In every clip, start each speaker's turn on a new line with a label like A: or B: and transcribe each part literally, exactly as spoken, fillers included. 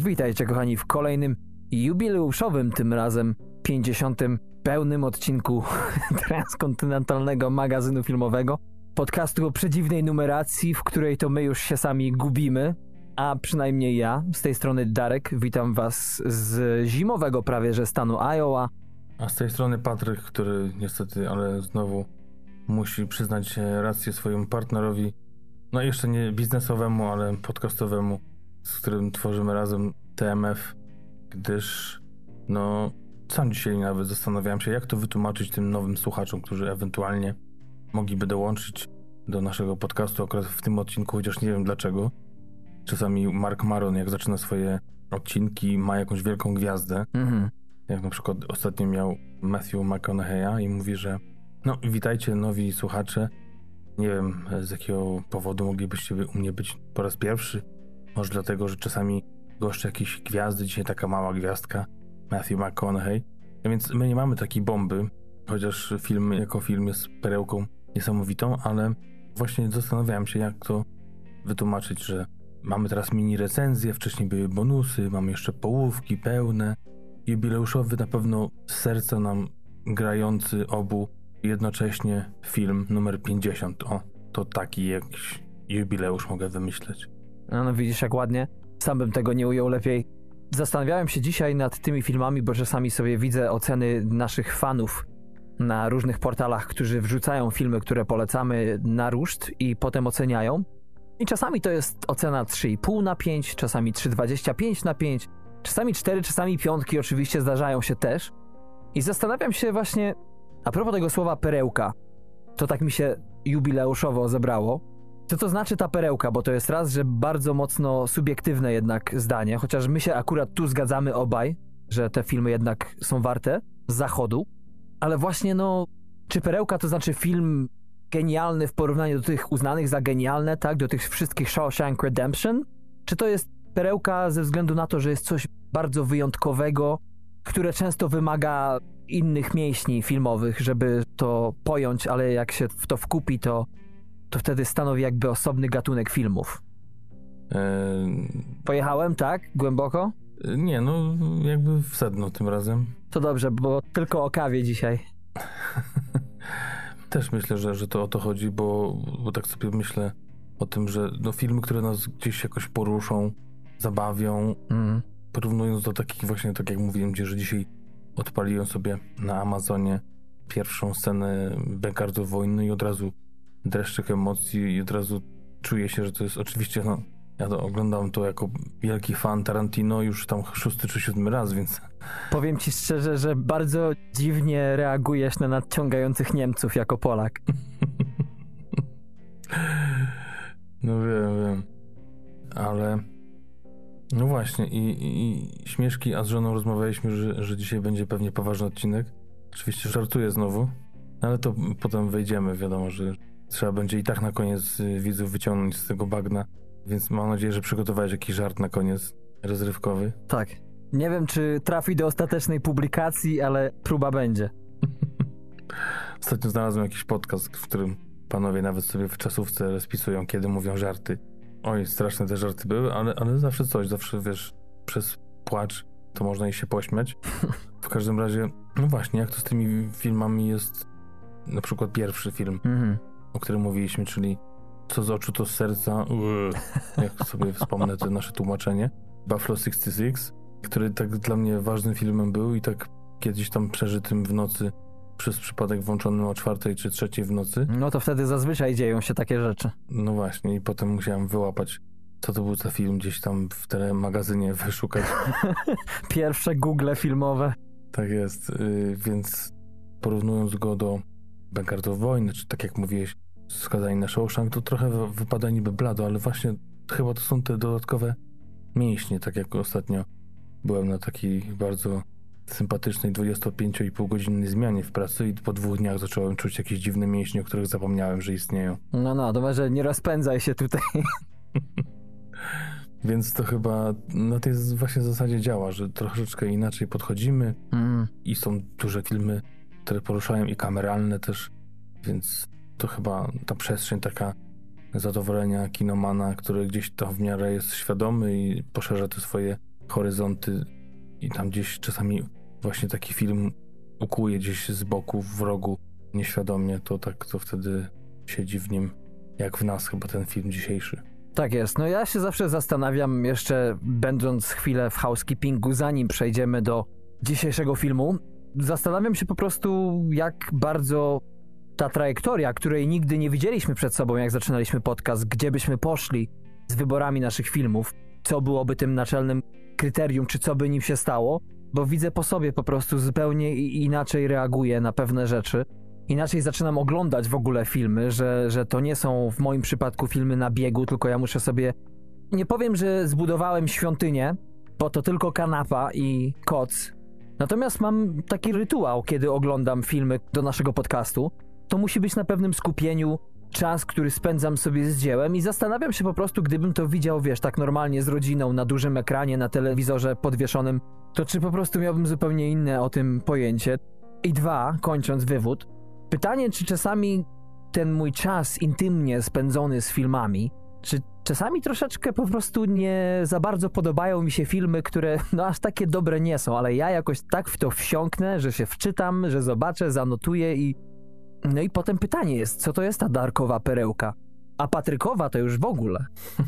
A: Witajcie kochani w kolejnym jubileuszowym tym razem pięćdziesiątym pełnym odcinku transkontynentalnego magazynu filmowego, podcastu o przedziwnej numeracji, w której to my już się sami gubimy, a przynajmniej ja, z tej strony Darek, witam was z zimowego prawie że stanu Iowa.
B: A z tej strony Patryk, który niestety, ale znowu musi przyznać rację swojemu partnerowi, no jeszcze nie biznesowemu, ale podcastowemu, z którym tworzymy razem T M F, gdyż no sam dzisiaj nawet zastanawiałem się, jak to wytłumaczyć tym nowym słuchaczom, którzy ewentualnie mogliby dołączyć do naszego podcastu akurat w tym odcinku, chociaż nie wiem dlaczego. Czasami Mark Maron, jak zaczyna swoje odcinki, ma jakąś wielką gwiazdę, mhm. jak na przykład ostatnio miał Matthew McConaughey'a i mówi, że no witajcie nowi słuchacze, nie wiem z jakiego powodu moglibyście u mnie być po raz pierwszy, może dlatego, że czasami goszczę jakieś gwiazdy, dzisiaj taka mała gwiazdka, Matthew McConaughey, no więc my nie mamy takiej bomby, chociaż film jako film jest perełką niesamowitą, ale właśnie zastanawiałem się, jak to wytłumaczyć, że mamy teraz mini recenzje, wcześniej były bonusy, mamy jeszcze połówki pełne, jubileuszowy na pewno z serca nam grający obu jednocześnie film numer pięćdziesiąt. O, to taki jakiś jubileusz mogę wymyśleć.
A: No, no widzisz jak ładnie, sam bym tego nie ujął lepiej. Zastanawiałem się dzisiaj nad tymi filmami, bo czasami sobie widzę oceny naszych fanów na różnych portalach, którzy wrzucają filmy, które polecamy na ruszt i potem oceniają. I czasami to jest ocena trzy i pół na pięć, czasami trzy przecinek dwadzieścia pięć na pięć, czasami cztery, czasami piątki oczywiście zdarzają się też. I zastanawiam się właśnie, a propos tego słowa perełka, to tak mi się jubileuszowo zebrało. Co to znaczy ta perełka? Bo to jest raz, że bardzo mocno subiektywne jednak zdanie, chociaż my się akurat tu zgadzamy obaj, że te filmy jednak są warte z zachodu. Ale właśnie no, czy perełka to znaczy film genialny w porównaniu do tych uznanych za genialne, tak? Do tych wszystkich Shawshank Redemption? Czy to jest perełka ze względu na to, że jest coś bardzo wyjątkowego, które często wymaga innych mięśni filmowych, żeby to pojąć, ale jak się w to wkupi, to, to wtedy stanowi jakby osobny gatunek filmów?
B: Eee...
A: Pojechałem, tak? Głęboko?
B: Nie, no jakby w sedno tym razem.
A: To dobrze, bo tylko o kawie dzisiaj.
B: Też myślę, że, że to o to chodzi, bo, bo tak sobie myślę o tym, że no, filmy, które nas gdzieś jakoś poruszą, zabawią, mm. porównując do takich właśnie, tak jak mówiłem ci, że dzisiaj odpaliłem sobie na Amazonie pierwszą scenę Bękartów Wojny i od razu dreszczyk emocji i od razu czuję się, że to jest oczywiście, no ja to oglądam to jako wielki fan Tarantino już tam szósty czy siódmy raz, więc...
A: Powiem ci szczerze, że bardzo dziwnie reagujesz na nadciągających Niemców jako Polak.
B: No wiem, wiem. Ale... No właśnie i, i śmieszki, a z żoną rozmawialiśmy, że, że dzisiaj będzie pewnie poważny odcinek. Oczywiście żartuję znowu, ale to potem wejdziemy, wiadomo, że trzeba będzie i tak na koniec widzów wyciągnąć z tego bagna. Więc mam nadzieję, że przygotowałeś jakiś żart na koniec rozrywkowy.
A: Tak. Nie wiem, czy trafi do ostatecznej publikacji, ale próba będzie.
B: Ostatnio znalazłem jakiś podcast, w którym panowie nawet sobie w czasówce rozpisują, kiedy mówią żarty. Oj, straszne te żarty były, ale, ale zawsze coś, zawsze wiesz, przez płacz to można i się pośmiać. W każdym razie, no właśnie, jak to z tymi filmami jest, na przykład pierwszy film, mm-hmm. o którym mówiliśmy, czyli Co z oczu, to z serca, Uuu, jak sobie wspomnę to nasze tłumaczenie, Buffalo sześćdziesiąt sześć, który tak dla mnie ważnym filmem był i tak kiedyś tam przeżytym w nocy, przez przypadek włączonym o czwartej czy trzeciej w nocy.
A: No to wtedy zazwyczaj dzieją się takie rzeczy.
B: No właśnie i potem musiałem wyłapać, co to był za film, gdzieś tam w telemagazynie wyszukać.
A: Pierwsze Google filmowe.
B: Tak jest, yy, więc porównując go do Bękartów Wojny, czy tak jak mówiłeś, Skazani na Shawshank, to trochę wypada niby blado, ale właśnie chyba to są te dodatkowe mięśnie, tak jak ostatnio byłem na takiej bardzo sympatycznej dwudziesto pięć i pół godzinnej zmianie w pracy i po dwóch dniach zacząłem czuć jakieś dziwne mięśnie, o których zapomniałem, że istnieją.
A: No, no, to może nie rozpędzaj się tutaj.
B: Więc to chyba na tej właśnie zasadzie działa, że troszeczkę inaczej podchodzimy mm. i są duże filmy, które poruszają i kameralne też, więc to chyba ta przestrzeń taka zadowolenia kinomana, który gdzieś tam w miarę jest świadomy i poszerza te swoje horyzonty i tam gdzieś czasami właśnie taki film ukłuje gdzieś z boku, w rogu, nieświadomie, to tak to wtedy siedzi w nim, jak w nas chyba ten film dzisiejszy.
A: Tak jest. No ja się zawsze zastanawiam, jeszcze będąc chwilę w housekeepingu, zanim przejdziemy do dzisiejszego filmu, zastanawiam się po prostu, jak bardzo ta trajektoria, której nigdy nie widzieliśmy przed sobą, jak zaczynaliśmy podcast, gdzie byśmy poszli z wyborami naszych filmów, co byłoby tym naczelnym kryterium, czy co by nim się stało, bo widzę po sobie po prostu zupełnie inaczej reaguję na pewne rzeczy. Inaczej zaczynam oglądać w ogóle filmy, że, że to nie są w moim przypadku filmy na biegu, tylko ja muszę sobie... Nie powiem, że zbudowałem świątynię, bo to tylko kanapa i koc. Natomiast mam taki rytuał, kiedy oglądam filmy do naszego podcastu. To musi być na pewnym skupieniu, czas, który spędzam sobie z dziełem i zastanawiam się po prostu, gdybym to widział, wiesz, tak normalnie z rodziną, na dużym ekranie, na telewizorze podwieszonym, to czy po prostu miałbym zupełnie inne o tym pojęcie. I dwa, kończąc wywód, pytanie, czy czasami ten mój czas intymnie spędzony z filmami, czy czasami troszeczkę po prostu nie za bardzo podobają mi się filmy, które no aż takie dobre nie są, ale ja jakoś tak w to wsiąknę, że się wczytam, że zobaczę, zanotuję i... No i potem pytanie jest, co to jest ta darkowa perełka? A Patrykowa to już w ogóle.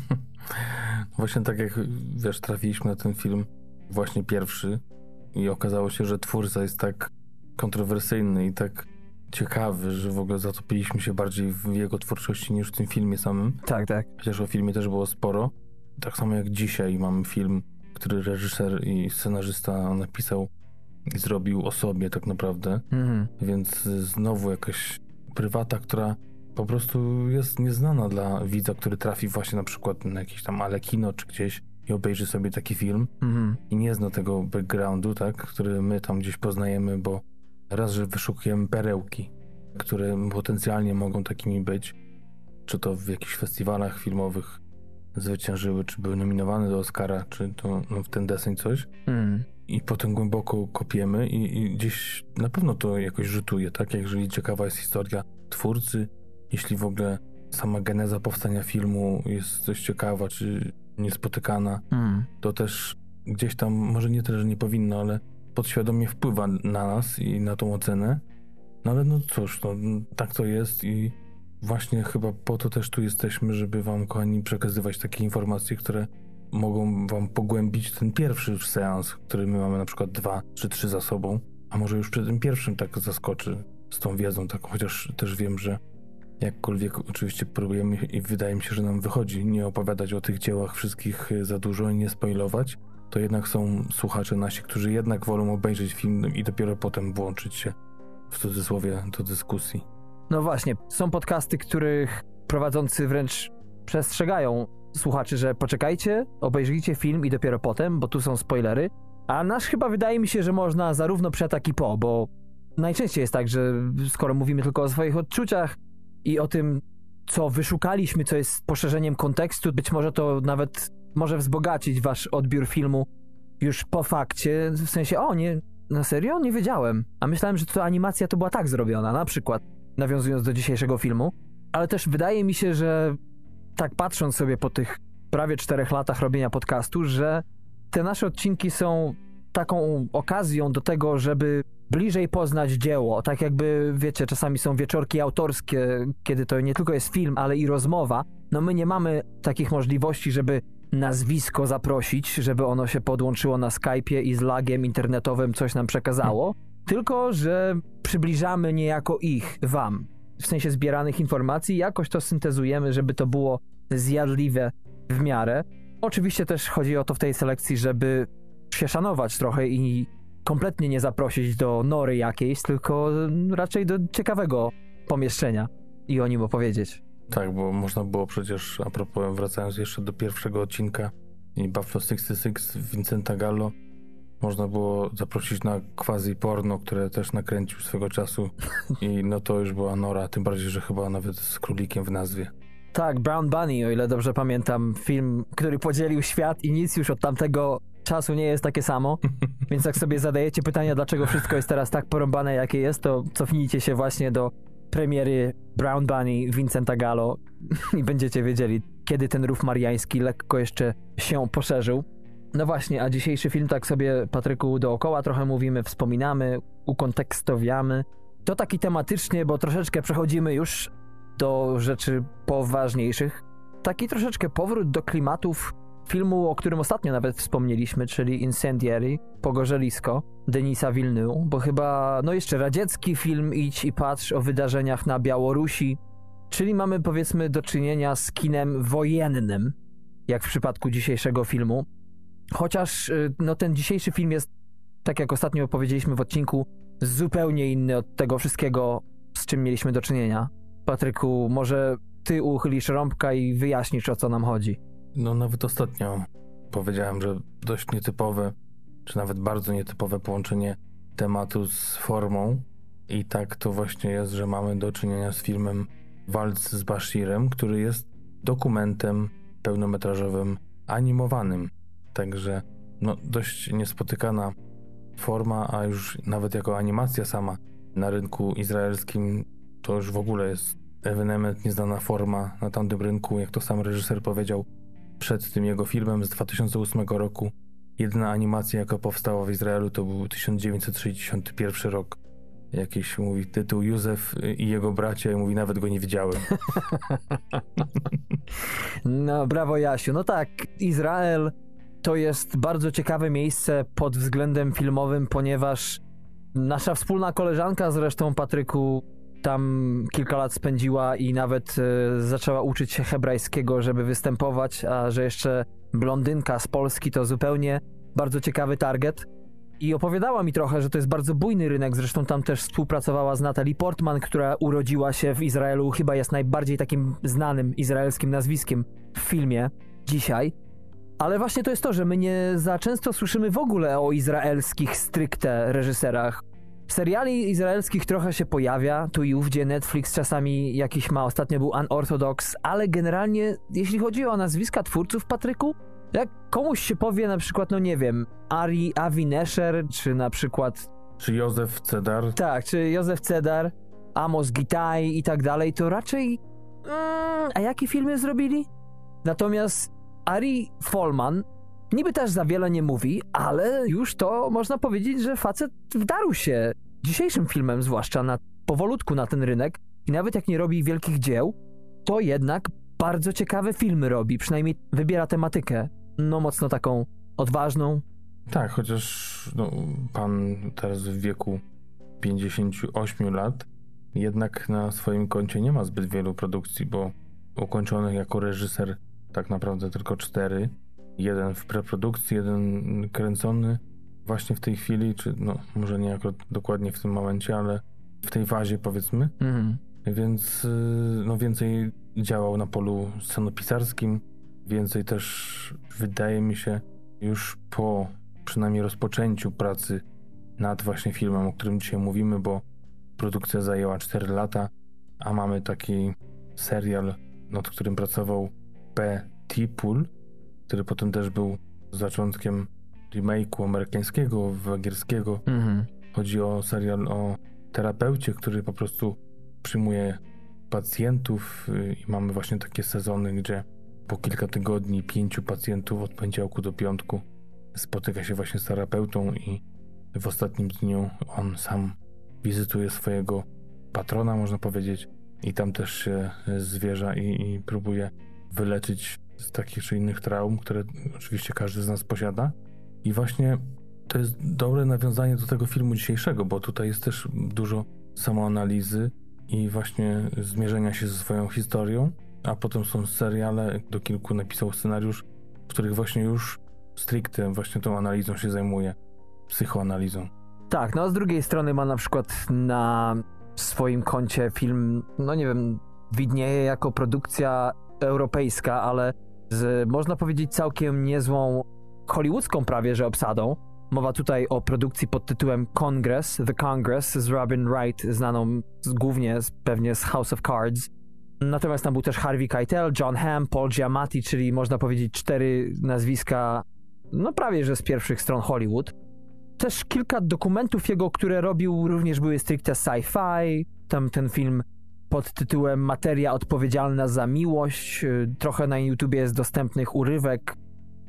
B: Właśnie tak jak, wiesz, trafiliśmy na ten film właśnie pierwszy i okazało się, że twórca jest tak kontrowersyjny i tak ciekawy, że w ogóle zatopiliśmy się bardziej w jego twórczości niż w tym filmie samym.
A: Tak, tak.
B: Chociaż o filmie też było sporo. Tak samo jak dzisiaj mamy film, który reżyser i scenarzysta napisał i zrobił o sobie tak naprawdę. Mhm. Więc znowu jakaś prywata, która po prostu jest nieznana dla widza, który trafi właśnie na przykład na jakieś tam Alekino czy gdzieś i obejrzy sobie taki film mhm. i nie zna tego backgroundu, tak, który my tam gdzieś poznajemy, bo raz, że wyszukujemy perełki, które potencjalnie mogą takimi być, czy to w jakichś festiwalach filmowych zwyciężyły, czy były nominowane do Oscara, czy to no, w ten deseń coś. Mm. I potem głęboko kopiemy i, i gdzieś na pewno to jakoś rzutuje, tak? Jeżeli ciekawa jest historia twórcy, jeśli w ogóle sama geneza powstania filmu jest dość ciekawa, czy niespotykana, mm. to też gdzieś tam, może nie tyle, że nie powinno, ale podświadomie wpływa na nas i na tą ocenę. No ale no cóż, no, tak to jest i właśnie chyba po to też tu jesteśmy, żeby wam, kochani, przekazywać takie informacje, które mogą wam pogłębić ten pierwszy seans, który my mamy na przykład dwa czy trzy za sobą, a może już przy tym pierwszym tak zaskoczy z tą wiedzą taką, chociaż też wiem, że jakkolwiek oczywiście próbujemy i wydaje mi się, że nam wychodzi nie opowiadać o tych dziełach wszystkich za dużo i nie spoilować, to jednak są słuchacze nasi, którzy jednak wolą obejrzeć film i dopiero potem włączyć się w cudzysłowie do dyskusji.
A: No właśnie, są podcasty, których prowadzący wręcz przestrzegają słuchaczy, że poczekajcie, obejrzyjcie film i dopiero potem, bo tu są spoilery, a nasz chyba wydaje mi się, że można zarówno przed, jak i po, bo najczęściej jest tak, że skoro mówimy tylko o swoich odczuciach i o tym, co wyszukaliśmy, co jest poszerzeniem kontekstu, być może to nawet może wzbogacić wasz odbiór filmu już po fakcie, w sensie, o nie, na serio? Nie wiedziałem. A myślałem, że to animacja to była tak zrobiona, na przykład, nawiązując do dzisiejszego filmu. Ale też wydaje mi się, że tak patrząc sobie po tych prawie czterech latach robienia podcastu, że te nasze odcinki są taką okazją do tego, żeby bliżej poznać dzieło. Tak jakby, wiecie, czasami są wieczorki autorskie, kiedy to nie tylko jest film, ale i rozmowa. No my nie mamy takich możliwości, żeby nazwisko zaprosić, żeby ono się podłączyło na Skype'ie i z lagiem internetowym coś nam przekazało, hmm. tylko że przybliżamy niejako ich wam. W sensie zbieranych informacji, jakoś to syntezujemy, żeby to było zjadliwe w miarę. Oczywiście też chodzi o to w tej selekcji, żeby się szanować trochę i kompletnie nie zaprosić do nory jakiejś, tylko raczej do ciekawego pomieszczenia i o nim opowiedzieć.
B: Tak, bo można było przecież, a propos, wracając jeszcze do pierwszego odcinka i Buffalo sześćdziesiąt sześć Vincenta Gallo, można było zaprosić na quasi porno, które też nakręcił swego czasu i no to już była nora, tym bardziej, że chyba nawet z królikiem w nazwie.
A: Tak, Brown Bunny, o ile dobrze pamiętam, film, który podzielił świat i nic już od tamtego czasu nie jest takie samo, więc jak sobie zadajecie pytania, dlaczego wszystko jest teraz tak porąbane, jakie jest, to cofnijcie się właśnie do premiery Brown Bunny Vincenta Gallo i będziecie wiedzieli, kiedy ten rów mariański lekko jeszcze się poszerzył. No właśnie, a dzisiejszy film tak sobie, Patryku, dookoła trochę mówimy, wspominamy, ukontekstowiamy. To taki tematycznie, bo troszeczkę przechodzimy już do rzeczy poważniejszych. Taki troszeczkę powrót do klimatów filmu, o którym ostatnio nawet wspomnieliśmy, czyli Incendiary, Pogorzelisko, Denisa Villeneuve, bo chyba, no jeszcze radziecki film Idź i patrz o wydarzeniach na Białorusi, czyli mamy powiedzmy do czynienia z kinem wojennym, jak w przypadku dzisiejszego filmu. Chociaż no ten dzisiejszy film jest, tak jak ostatnio powiedzieliśmy w odcinku, zupełnie inny od tego wszystkiego, z czym mieliśmy do czynienia. Patryku, może ty uchylisz rąbka i wyjaśnisz, o co nam chodzi.
B: No nawet ostatnio powiedziałem, że dość nietypowe, czy nawet bardzo nietypowe połączenie tematu z formą. I tak to właśnie jest, że mamy do czynienia z filmem Walc z Bashirem, który jest dokumentem pełnometrażowym animowanym. Także no dość niespotykana forma, a już nawet jako animacja sama na rynku izraelskim to już w ogóle jest ewenement, nieznana forma na tamtym rynku. Jak to sam reżyser powiedział przed tym jego filmem z dwa tysiące ósmego roku, jedyna animacja, jaka powstała w Izraelu, to był tysiąc dziewięćset sześćdziesiąty pierwszy rok. Jakiś, mówi, tytuł Józef i jego bracia, i mówi, nawet go nie widziałem.
A: No brawo, Jasiu. No tak, Izrael to jest bardzo ciekawe miejsce pod względem filmowym, ponieważ nasza wspólna koleżanka zresztą, Patryku, tam kilka lat spędziła i nawet e, zaczęła uczyć się hebrajskiego, żeby występować, a że jeszcze blondynka z Polski to zupełnie bardzo ciekawy target. I opowiadała mi trochę, że to jest bardzo bujny rynek, zresztą tam też współpracowała z Natalie Portman, która urodziła się w Izraelu, chyba jest najbardziej takim znanym izraelskim nazwiskiem w filmie dzisiaj. Ale właśnie to jest to, że my nie za często słyszymy w ogóle o izraelskich stricte reżyserach. Seriali izraelskich trochę się pojawia, tu i ówdzie Netflix czasami jakiś ma, ostatnio był Unorthodox, ale generalnie jeśli chodzi o nazwiska twórców, Patryku, jak komuś się powie na przykład, no nie wiem, Ari Avi Nesher, czy na przykład...
B: Czy Józef Cedar.
A: Tak, czy Józef Cedar, Amos Gitai i tak dalej, to raczej... Mm, a jakie filmy zrobili? Natomiast Ari Folman niby też za wiele nie mówi, ale już to można powiedzieć, że facet wdarł się dzisiejszym filmem, zwłaszcza na, powolutku na ten rynek, i nawet jak nie robi wielkich dzieł, to jednak bardzo ciekawe filmy robi, przynajmniej wybiera tematykę, no mocno taką odważną.
B: Tak, chociaż no, pan teraz w wieku pięćdziesięciu ośmiu lat jednak na swoim koncie nie ma zbyt wielu produkcji, bo ukończonych jako reżyser tak naprawdę tylko cztery. Jeden w preprodukcji, jeden kręcony właśnie w tej chwili, czy no może nie akurat dokładnie w tym momencie, ale w tej fazie powiedzmy. Mhm. Więc no więcej działał na polu scenopisarskim, więcej też wydaje mi się już po przynajmniej rozpoczęciu pracy nad właśnie filmem, o którym dzisiaj mówimy, bo produkcja zajęła cztery lata, a mamy taki serial, nad którym pracował P. Tipul, który potem też był zaczątkiem remake'u amerykańskiego, węgierskiego. Mhm. Chodzi o serial o terapeucie, który po prostu przyjmuje pacjentów i mamy właśnie takie sezony, gdzie po kilka tygodni pięciu pacjentów od poniedziałku do piątku spotyka się właśnie z terapeutą i w ostatnim dniu on sam wizytuje swojego patrona, można powiedzieć, i tam też się zwierza i, i próbuje wyleczyć z takich czy innych traum, które oczywiście każdy z nas posiada. I właśnie to jest dobre nawiązanie do tego filmu dzisiejszego, bo tutaj jest też dużo samoanalizy i właśnie zmierzenia się ze swoją historią, a potem są seriale, do kilku napisał scenariusz, w których właśnie już stricte właśnie tą analizą się zajmuje, psychoanalizą.
A: Tak, no a z drugiej strony ma na przykład na swoim koncie film, no nie wiem, widnieje jako produkcja europejska, ale z, można powiedzieć, całkiem niezłą hollywoodzką prawie, że obsadą. Mowa tutaj o produkcji pod tytułem Congress, The Congress z Robin Wright, znaną z, głównie z, pewnie z House of Cards. Natomiast tam był też Harvey Keitel, John Hamm, Paul Giamatti, czyli można powiedzieć cztery nazwiska, no prawie że z pierwszych stron Hollywood. Też kilka dokumentów jego, które robił, również były stricte sci-fi. Tam ten film pod tytułem Materia odpowiedzialna za miłość. Trochę na YouTubie jest dostępnych urywek.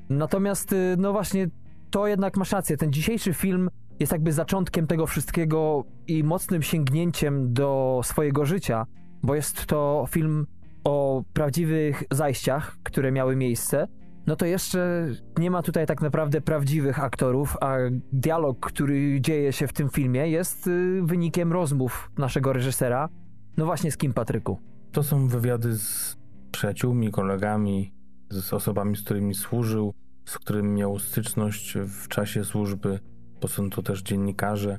A: Natomiast, no właśnie, to jednak masz rację. Ten dzisiejszy film jest jakby zaczątkiem tego wszystkiego i mocnym sięgnięciem do swojego życia, bo jest to film o prawdziwych zajściach, które miały miejsce. No to jeszcze nie ma tutaj tak naprawdę prawdziwych aktorów, a dialog, który dzieje się w tym filmie, jest wynikiem rozmów naszego reżysera. No właśnie, z kim, Patryku?
B: To są wywiady z przyjaciółmi, kolegami, z osobami, z którymi służył, z którymi miał styczność w czasie służby, bo są to też dziennikarze,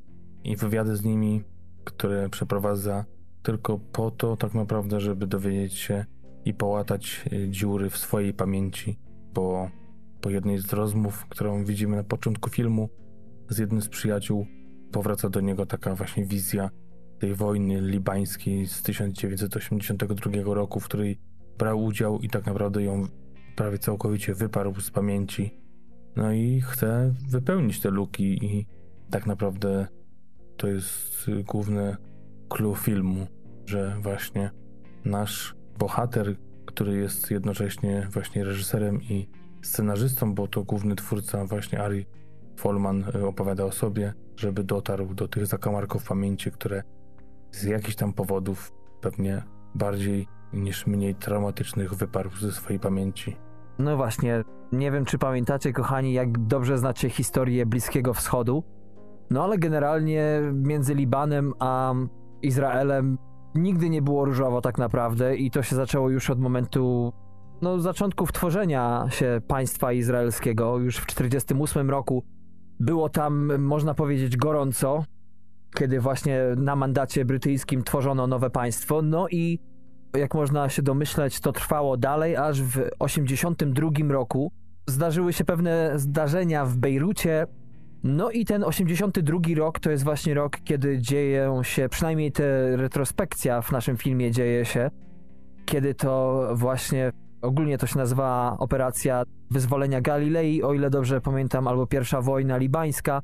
B: i wywiady z nimi, które przeprowadza tylko po to tak naprawdę, żeby dowiedzieć się i połatać dziury w swojej pamięci, bo po jednej z rozmów, którą widzimy na początku filmu, z jednym z przyjaciół powraca do niego taka właśnie wizja tej wojny libańskiej z tysiąc dziewięćset osiemdziesiątego drugiego roku, w której brał udział i tak naprawdę ją prawie całkowicie wyparł z pamięci. No i chce wypełnić te luki i tak naprawdę to jest główne clue filmu, że właśnie nasz bohater, który jest jednocześnie właśnie reżyserem i scenarzystą, bo to główny twórca właśnie Ari Folman opowiada o sobie, żeby dotarł do tych zakamarków pamięci, które z jakichś tam powodów, pewnie bardziej niż mniej traumatycznych, wyparł ze swojej pamięci.
A: No właśnie, nie wiem, czy pamiętacie, kochani, jak dobrze znacie historię Bliskiego Wschodu, no ale generalnie między Libanem a Izraelem nigdy nie było różowo tak naprawdę i to się zaczęło już od momentu, no, zaczątków tworzenia się państwa izraelskiego. Już w czterdziestym ósmym roku było tam, można powiedzieć, gorąco, kiedy właśnie na mandacie brytyjskim tworzono nowe państwo. No i jak można się domyśleć, to trwało dalej, aż w osiemdziesiątym drugim roku zdarzyły się pewne zdarzenia w Bejrucie. No i ten osiemdziesiąty drugi rok to jest właśnie rok, kiedy dzieją się, przynajmniej ta retrospekcja w naszym filmie dzieje się, kiedy to właśnie, ogólnie to się nazywa operacja wyzwolenia Galilei, o ile dobrze pamiętam, albo pierwsza wojna libańska.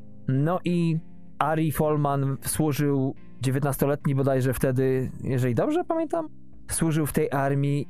A: No i Ari Folman służył, dziewiętnastoletni bodajże wtedy, jeżeli dobrze pamiętam, służył w tej armii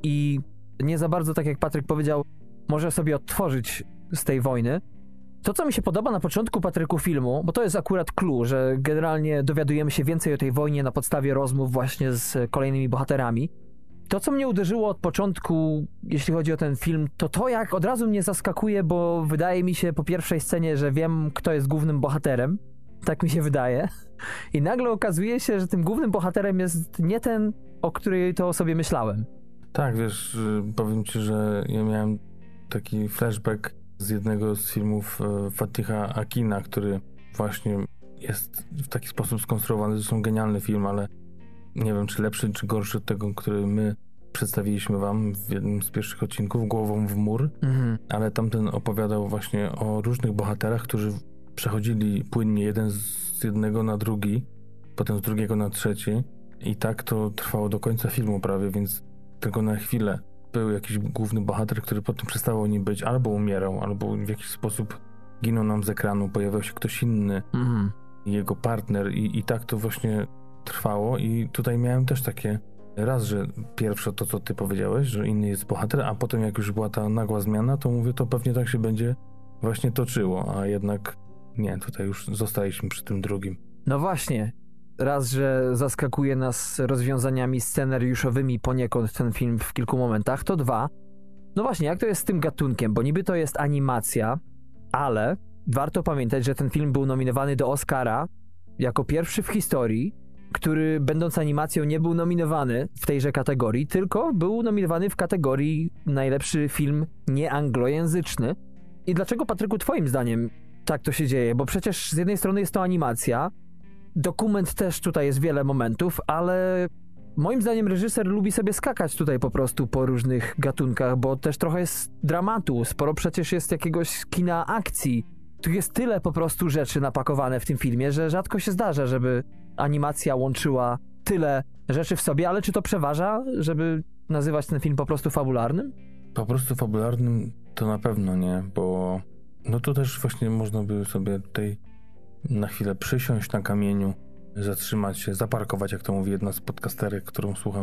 A: i nie za bardzo, tak jak Patryk powiedział, może sobie odtworzyć z tej wojny. To, co mi się podoba na początku, Patryku, filmu, bo to jest akurat clue, że generalnie dowiadujemy się więcej o tej wojnie na podstawie rozmów właśnie z kolejnymi bohaterami. To, co mnie uderzyło od początku, jeśli chodzi o ten film, to to, jak od razu mnie zaskakuje, bo wydaje mi się po pierwszej scenie, że wiem, kto jest głównym bohaterem. Tak mi się wydaje. I nagle okazuje się, że tym głównym bohaterem jest nie ten, o której to sobie myślałem.
B: Tak, wiesz, powiem ci, że ja miałem taki flashback z jednego z filmów Fatiha Akina, który właśnie jest w taki sposób skonstruowany. To są genialny film, ale nie wiem, czy lepszy, czy gorszy od tego, który my przedstawiliśmy wam w jednym z pierwszych odcinków, Głową w mur. Mhm. Ale tamten opowiadał właśnie o różnych bohaterach, którzy przechodzili płynnie jeden z jednego na drugi, potem z drugiego na trzeci i tak to trwało do końca filmu prawie, więc tylko na chwilę był jakiś główny bohater, który potem przestawał nim być, albo umierał, albo w jakiś sposób ginął nam z ekranu, pojawiał się ktoś inny, mhm. jego partner i, i tak to właśnie trwało i tutaj miałem też takie raz, że pierwsze to, co ty powiedziałeś, że inny jest bohater, a potem jak już była ta nagła zmiana, to mówię, to pewnie tak się będzie właśnie toczyło, a jednak nie, tutaj już zostaliśmy przy tym drugim.
A: No właśnie. Raz, że zaskakuje nas rozwiązaniami scenariuszowymi poniekąd ten film w kilku momentach, to dwa. No właśnie, jak to jest z tym gatunkiem? Bo niby to jest animacja, ale warto pamiętać, że ten film był nominowany do Oscara jako pierwszy w historii, który będąc animacją nie był nominowany w tejże kategorii, tylko był nominowany w kategorii najlepszy film nieanglojęzyczny. I dlaczego, Patryku, twoim zdaniem tak to się dzieje? Bo przecież z jednej strony jest to animacja, dokument też tutaj jest wiele momentów, ale moim zdaniem reżyser lubi sobie skakać tutaj po prostu po różnych gatunkach, bo też trochę jest dramatu, sporo przecież jest jakiegoś kina akcji. Tu jest tyle po prostu rzeczy napakowane w tym filmie, że rzadko się zdarza, żeby animacja łączyła tyle rzeczy w sobie, ale czy to przeważa, żeby nazywać ten film po prostu fabularnym?
B: Po prostu fabularnym to na pewno nie, bo no to też właśnie można by sobie tutaj na chwilę przysiąść na kamieniu, zatrzymać się, zaparkować, jak to mówi jedna z podcasterek, którą słucham,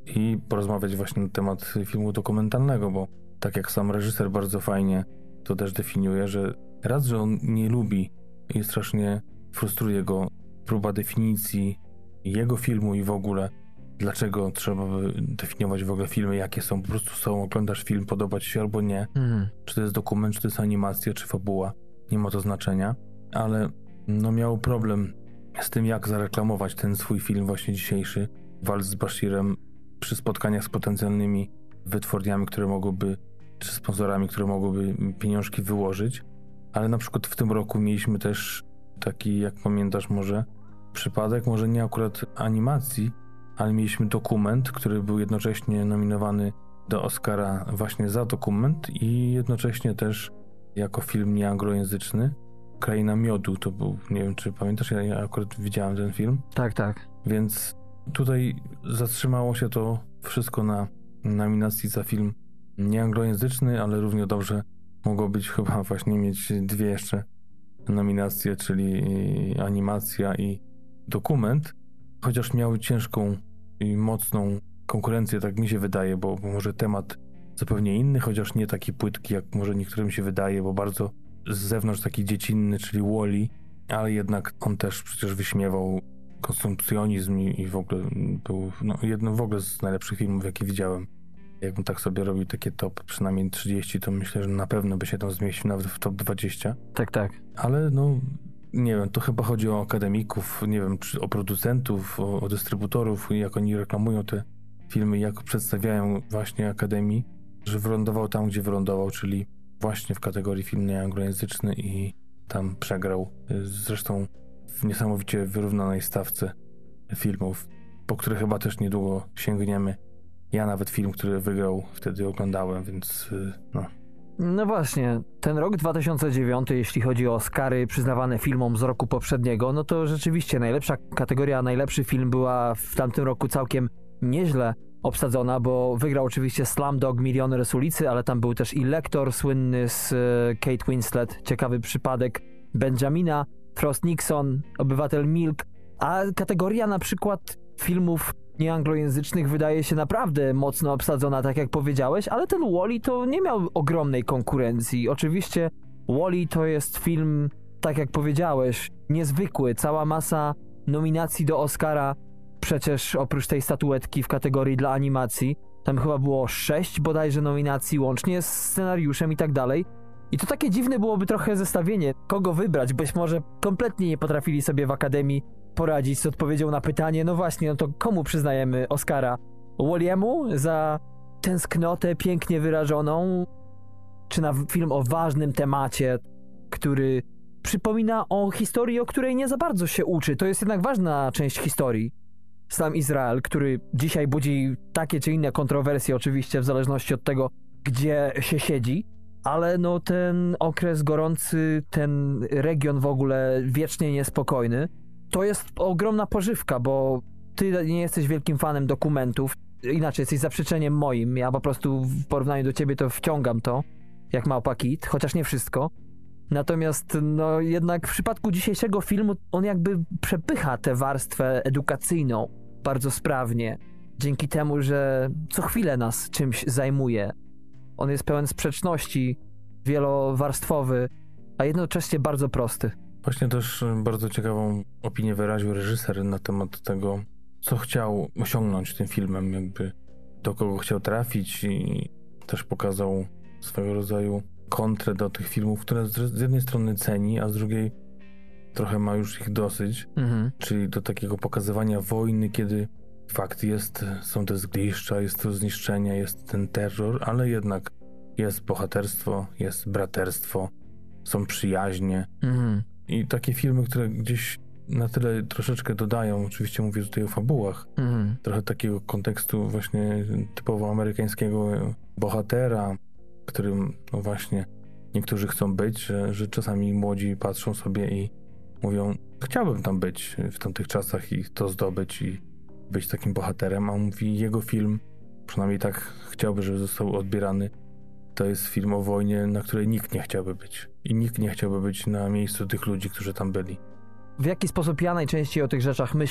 B: i porozmawiać właśnie na temat filmu dokumentalnego, bo tak jak sam reżyser bardzo fajnie to też definiuje, że raz, że on nie lubi i strasznie frustruje go próba definicji jego filmu i w ogóle dlaczego trzeba by definiować w ogóle filmy, jakie są, po prostu są, oglądasz film, podoba ci się albo nie, mhm. czy to jest dokument, czy to jest animacja, czy fabuła, nie ma to znaczenia, ale no miał problem z tym, jak zareklamować ten swój film właśnie dzisiejszy, walc z Bashirem, przy spotkaniach z potencjalnymi wytwórniami, które mogłyby, czy sponsorami, które mogłyby pieniążki wyłożyć, ale na przykład w tym roku mieliśmy też taki, jak pamiętasz może, przypadek, może nie akurat animacji, ale mieliśmy dokument, który był jednocześnie nominowany do Oscara właśnie za dokument i jednocześnie też jako film nieanglojęzyczny. Kraina Miodu to był, nie wiem czy pamiętasz, ja, ja akurat widziałem ten film.
A: Tak, tak.
B: Więc tutaj zatrzymało się to wszystko na nominacji za film nieanglojęzyczny, ale równie dobrze mogło być chyba właśnie mieć dwie jeszcze nominacje, czyli animacja i dokument, chociaż miały ciężką i mocną konkurencję, tak mi się wydaje, bo, bo może temat zupełnie inny, chociaż nie taki płytki, jak może niektórym się wydaje, bo bardzo z zewnątrz taki dziecinny, czyli Wall-E, ale jednak on też przecież wyśmiewał konsumpcjonizm i, i w ogóle był no, jedno w ogóle z najlepszych filmów, jakie widziałem. Jakbym tak sobie robił takie top, przynajmniej trzydzieści, to myślę, że na pewno by się tam zmieścił nawet w top dwadzieścia.
A: Tak, tak.
B: Ale no, nie wiem, to chyba chodzi o akademików, nie wiem, czy o producentów, o, o dystrybutorów, jak oni reklamują te filmy, jak przedstawiają właśnie akademii, że wylądował tam, gdzie wylądował, czyli właśnie w kategorii film nieanglojęzyczny i tam przegrał. Zresztą w niesamowicie wyrównanej stawce filmów, po które chyba też niedługo sięgniemy. Ja nawet film, który wygrał, wtedy oglądałem, więc no.
A: No właśnie, ten rok dwa tysiące dziewiąty, jeśli chodzi o Oscary przyznawane filmom z roku poprzedniego, no to rzeczywiście najlepsza kategoria, najlepszy film była w tamtym roku całkiem nieźle obsadzona, bo wygrał oczywiście Slumdog Milioner z ulicy, ale tam był też i Lektor słynny z Kate Winslet, ciekawy przypadek Benjamina, Frost Nixon, Obywatel Milk, a kategoria na przykład filmów nieanglojęzycznych wydaje się naprawdę mocno obsadzona, tak jak powiedziałeś, ale ten Wall-E to nie miał ogromnej konkurencji. Oczywiście Wall-E to jest film, tak jak powiedziałeś, niezwykły, cała masa nominacji do Oscara, przecież oprócz tej statuetki w kategorii dla animacji, tam chyba było sześć bodajże nominacji łącznie z scenariuszem i tak dalej. I to takie dziwne byłoby trochę zestawienie, kogo wybrać, być może kompletnie nie potrafili sobie w Akademii poradzić z odpowiedzią na pytanie, no właśnie, no to komu przyznajemy Oscara? Walliemu za tęsknotę pięknie wyrażoną, czy na film o ważnym temacie, który przypomina o historii, o której nie za bardzo się uczy. To jest jednak ważna część historii. Sam Izrael, który dzisiaj budzi takie czy inne kontrowersje, oczywiście w zależności od tego, gdzie się siedzi, ale no ten okres gorący, ten region w ogóle wiecznie niespokojny, to jest ogromna pożywka, bo ty nie jesteś wielkim fanem dokumentów, inaczej jesteś zaprzeczeniem moim, ja po prostu w porównaniu do ciebie to wciągam to, jak małpa kit, chociaż nie wszystko. Natomiast no jednak w przypadku dzisiejszego filmu on jakby przepycha tę warstwę edukacyjną bardzo sprawnie, dzięki temu, że co chwilę nas czymś zajmuje. On jest pełen sprzeczności, wielowarstwowy, a jednocześnie bardzo prosty.
B: Właśnie też bardzo ciekawą opinię wyraził reżyser na temat tego, co chciał osiągnąć tym filmem, jakby do kogo chciał trafić i też pokazał swego rodzaju kontrę do tych filmów, które z jednej strony ceni, a z drugiej trochę ma już ich dosyć, mhm. czyli do takiego pokazywania wojny, kiedy fakt jest, są te zgliszcza, jest to zniszczenie, jest ten terror, ale jednak jest bohaterstwo, jest braterstwo, są przyjaźnie. Mhm. I takie filmy, które gdzieś na tyle troszeczkę dodają, oczywiście mówię tutaj o fabułach, mhm. trochę takiego kontekstu właśnie typowo amerykańskiego bohatera, którym no właśnie niektórzy chcą być, że, że czasami młodzi patrzą sobie i mówią, chciałbym tam być w tamtych czasach i to zdobyć i być takim bohaterem, a on mówi, jego film, przynajmniej tak chciałby, żeby został odbierany, to jest film o wojnie, na której nikt nie chciałby być. I nikt nie chciałby być na miejscu tych ludzi, którzy tam byli.
A: W jaki sposób ja najczęściej o tych rzeczach myślę?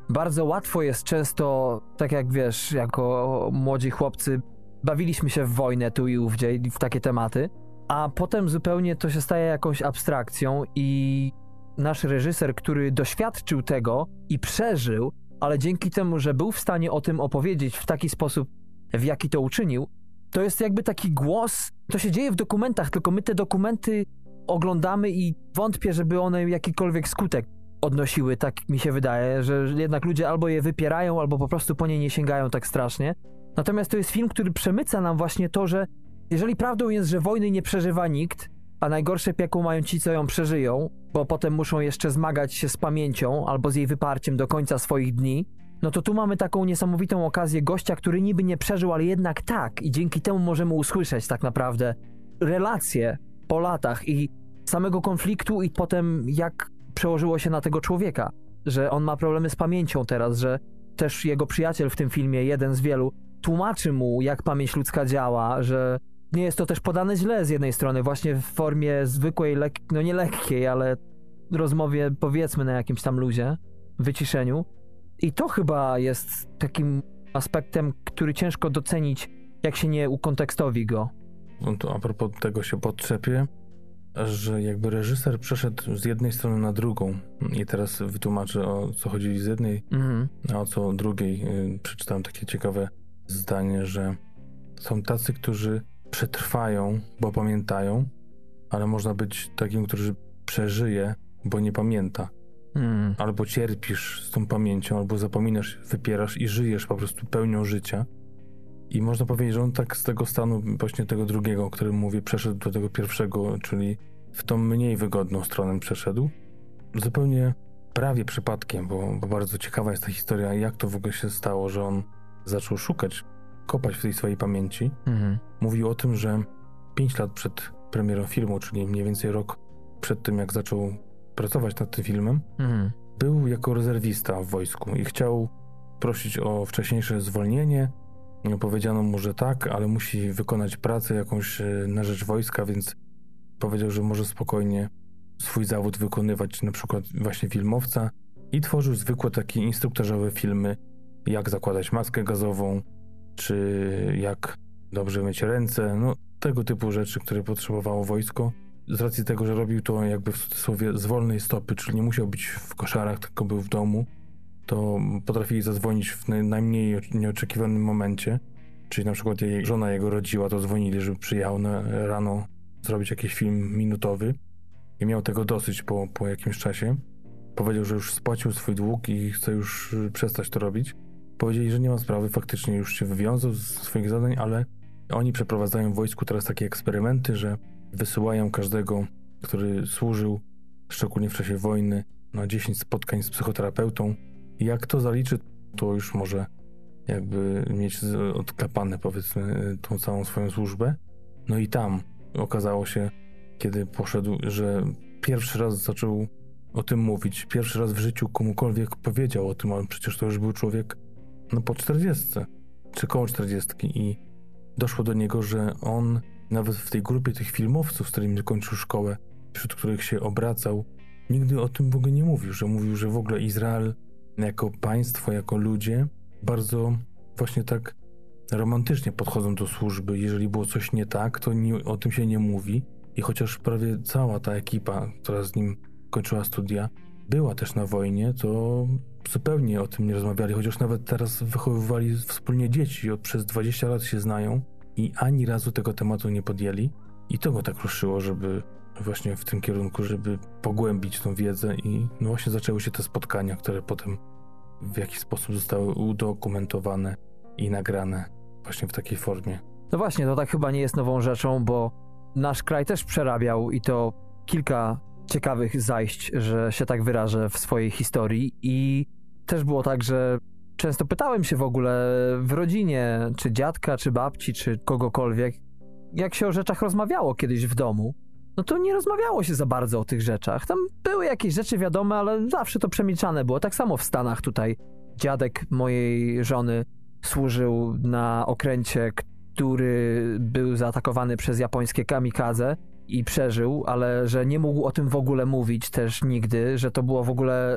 A: bardzo łatwo jest często, tak jak wiesz, jako młodzi chłopcy, bawiliśmy się w wojnę tu i ówdzie, w takie tematy, a potem zupełnie to się staje jakąś abstrakcją i nasz reżyser, który doświadczył tego i przeżył, ale dzięki temu, że był w stanie o tym opowiedzieć w taki sposób, w jaki to uczynił, to jest jakby taki głos, to się dzieje w dokumentach, tylko my te dokumenty oglądamy i wątpię, żeby one jakikolwiek skutek odnosiły, tak mi się wydaje, że jednak ludzie albo je wypierają, albo po prostu po nie nie sięgają tak strasznie. Natomiast to jest film, który przemyca nam właśnie to, że jeżeli prawdą jest, że wojny nie przeżywa nikt, a najgorsze piekło mają ci, co ją przeżyją, bo potem muszą jeszcze zmagać się z pamięcią albo z jej wyparciem do końca swoich dni, no to tu mamy taką niesamowitą okazję gościa, który niby nie przeżył, ale jednak tak i dzięki temu możemy usłyszeć tak naprawdę relacje po latach i samego konfliktu i potem jak przełożyło się na tego człowieka, że on ma problemy z pamięcią teraz, że też jego przyjaciel w tym filmie, jeden z wielu, tłumaczy mu, jak pamięć ludzka działa, że nie jest to też podane źle z jednej strony, właśnie w formie zwykłej, lek- no nie lekkiej, ale rozmowie powiedzmy na jakimś tam luzie, wyciszeniu. I to chyba jest takim aspektem, który ciężko docenić, jak się nie ukontekstowi go.
B: No to a propos tego się podczepię, że jakby reżyser przeszedł z jednej strony na drugą i teraz wytłumaczę, o co chodzi z jednej, mm. a o co drugiej. Przeczytałem takie ciekawe zdanie, że są tacy, którzy przetrwają, bo pamiętają, ale można być takim, który przeżyje, bo nie pamięta. Mm. Albo cierpisz z tą pamięcią, albo zapominasz, wypierasz i żyjesz po prostu pełnią życia. I można powiedzieć, że on tak z tego stanu właśnie tego drugiego, o którym mówię, przeszedł do tego pierwszego, czyli w tą mniej wygodną stronę przeszedł. Zupełnie prawie przypadkiem, bo, bo bardzo ciekawa jest ta historia, jak to w ogóle się stało, że on zaczął szukać, kopać w tej swojej pamięci. Mhm. Mówił o tym, że pięć lat przed premierą filmu, czyli mniej więcej rok przed tym, jak zaczął pracować nad tym filmem, mhm. był jako rezerwista w wojsku i chciał prosić o wcześniejsze zwolnienie. Powiedziano mu, że tak, ale musi wykonać pracę jakąś na rzecz wojska, więc powiedział, że może spokojnie swój zawód wykonywać, na przykład właśnie filmowca, i tworzył zwykłe takie instruktażowe filmy, jak zakładać maskę gazową, czy jak dobrze myć ręce, no tego typu rzeczy, które potrzebowało wojsko. Z racji tego, że robił to jakby w cudzysłowie z wolnej stopy, czyli nie musiał być w koszarach, tylko był w domu, to potrafili zadzwonić w najmniej nieoczekiwanym momencie. Czyli na przykład jej żona jego rodziła, to dzwonili, żeby przyjechał na rano zrobić jakiś film minutowy. I miał tego dosyć po, po jakimś czasie. Powiedział, że już spłacił swój dług i chce już przestać to robić. Powiedzieli, że nie ma sprawy, faktycznie już się wywiązał z swoich zadań, ale oni przeprowadzają w wojsku teraz takie eksperymenty, że wysyłają każdego, który służył, szczególnie w czasie wojny, na dziesięć spotkań z psychoterapeutą. I jak to zaliczy, to już może jakby mieć odklepane, powiedzmy, tą całą swoją służbę. No i tam okazało się, kiedy poszedł, że pierwszy raz zaczął o tym mówić, pierwszy raz w życiu komukolwiek powiedział o tym, ale przecież to już był człowiek no po czterdziestce, czy koło czterdziestki, i doszło do niego, że on nawet w tej grupie tych filmowców, z którymi kończył szkołę, wśród których się obracał, nigdy o tym w ogóle nie mówił, że mówił, że w ogóle Izrael jako państwo, jako ludzie bardzo właśnie tak romantycznie podchodzą do służby. Jeżeli było coś nie tak, to nie, o tym się nie mówi. I chociaż prawie cała ta ekipa, która z nim kończyła studia, była też na wojnie, to zupełnie o tym nie rozmawiali, chociaż nawet teraz wychowywali wspólnie dzieci, od przez dwadzieścia lat się znają i ani razu tego tematu nie podjęli. I to go tak ruszyło, żeby właśnie w tym kierunku, żeby pogłębić tą wiedzę, i no właśnie zaczęły się te spotkania, które potem w jakiś sposób zostały udokumentowane i nagrane właśnie w takiej formie.
A: No właśnie, to tak chyba nie jest nową rzeczą, bo nasz kraj też przerabiał, i to kilka ciekawych zajść, że się tak wyrażę, w swojej historii, i też było tak, że często pytałem się w ogóle w rodzinie, czy dziadka, czy babci, czy kogokolwiek, jak się o rzeczach rozmawiało kiedyś w domu, no to nie rozmawiało się za bardzo o tych rzeczach. Tam były jakieś rzeczy wiadome, ale zawsze to przemilczane było. Tak samo w Stanach tutaj. Dziadek mojej żony służył na okręcie, który był zaatakowany przez japońskie kamikadze i przeżył, ale że nie mógł o tym w ogóle mówić też nigdy, że to było w ogóle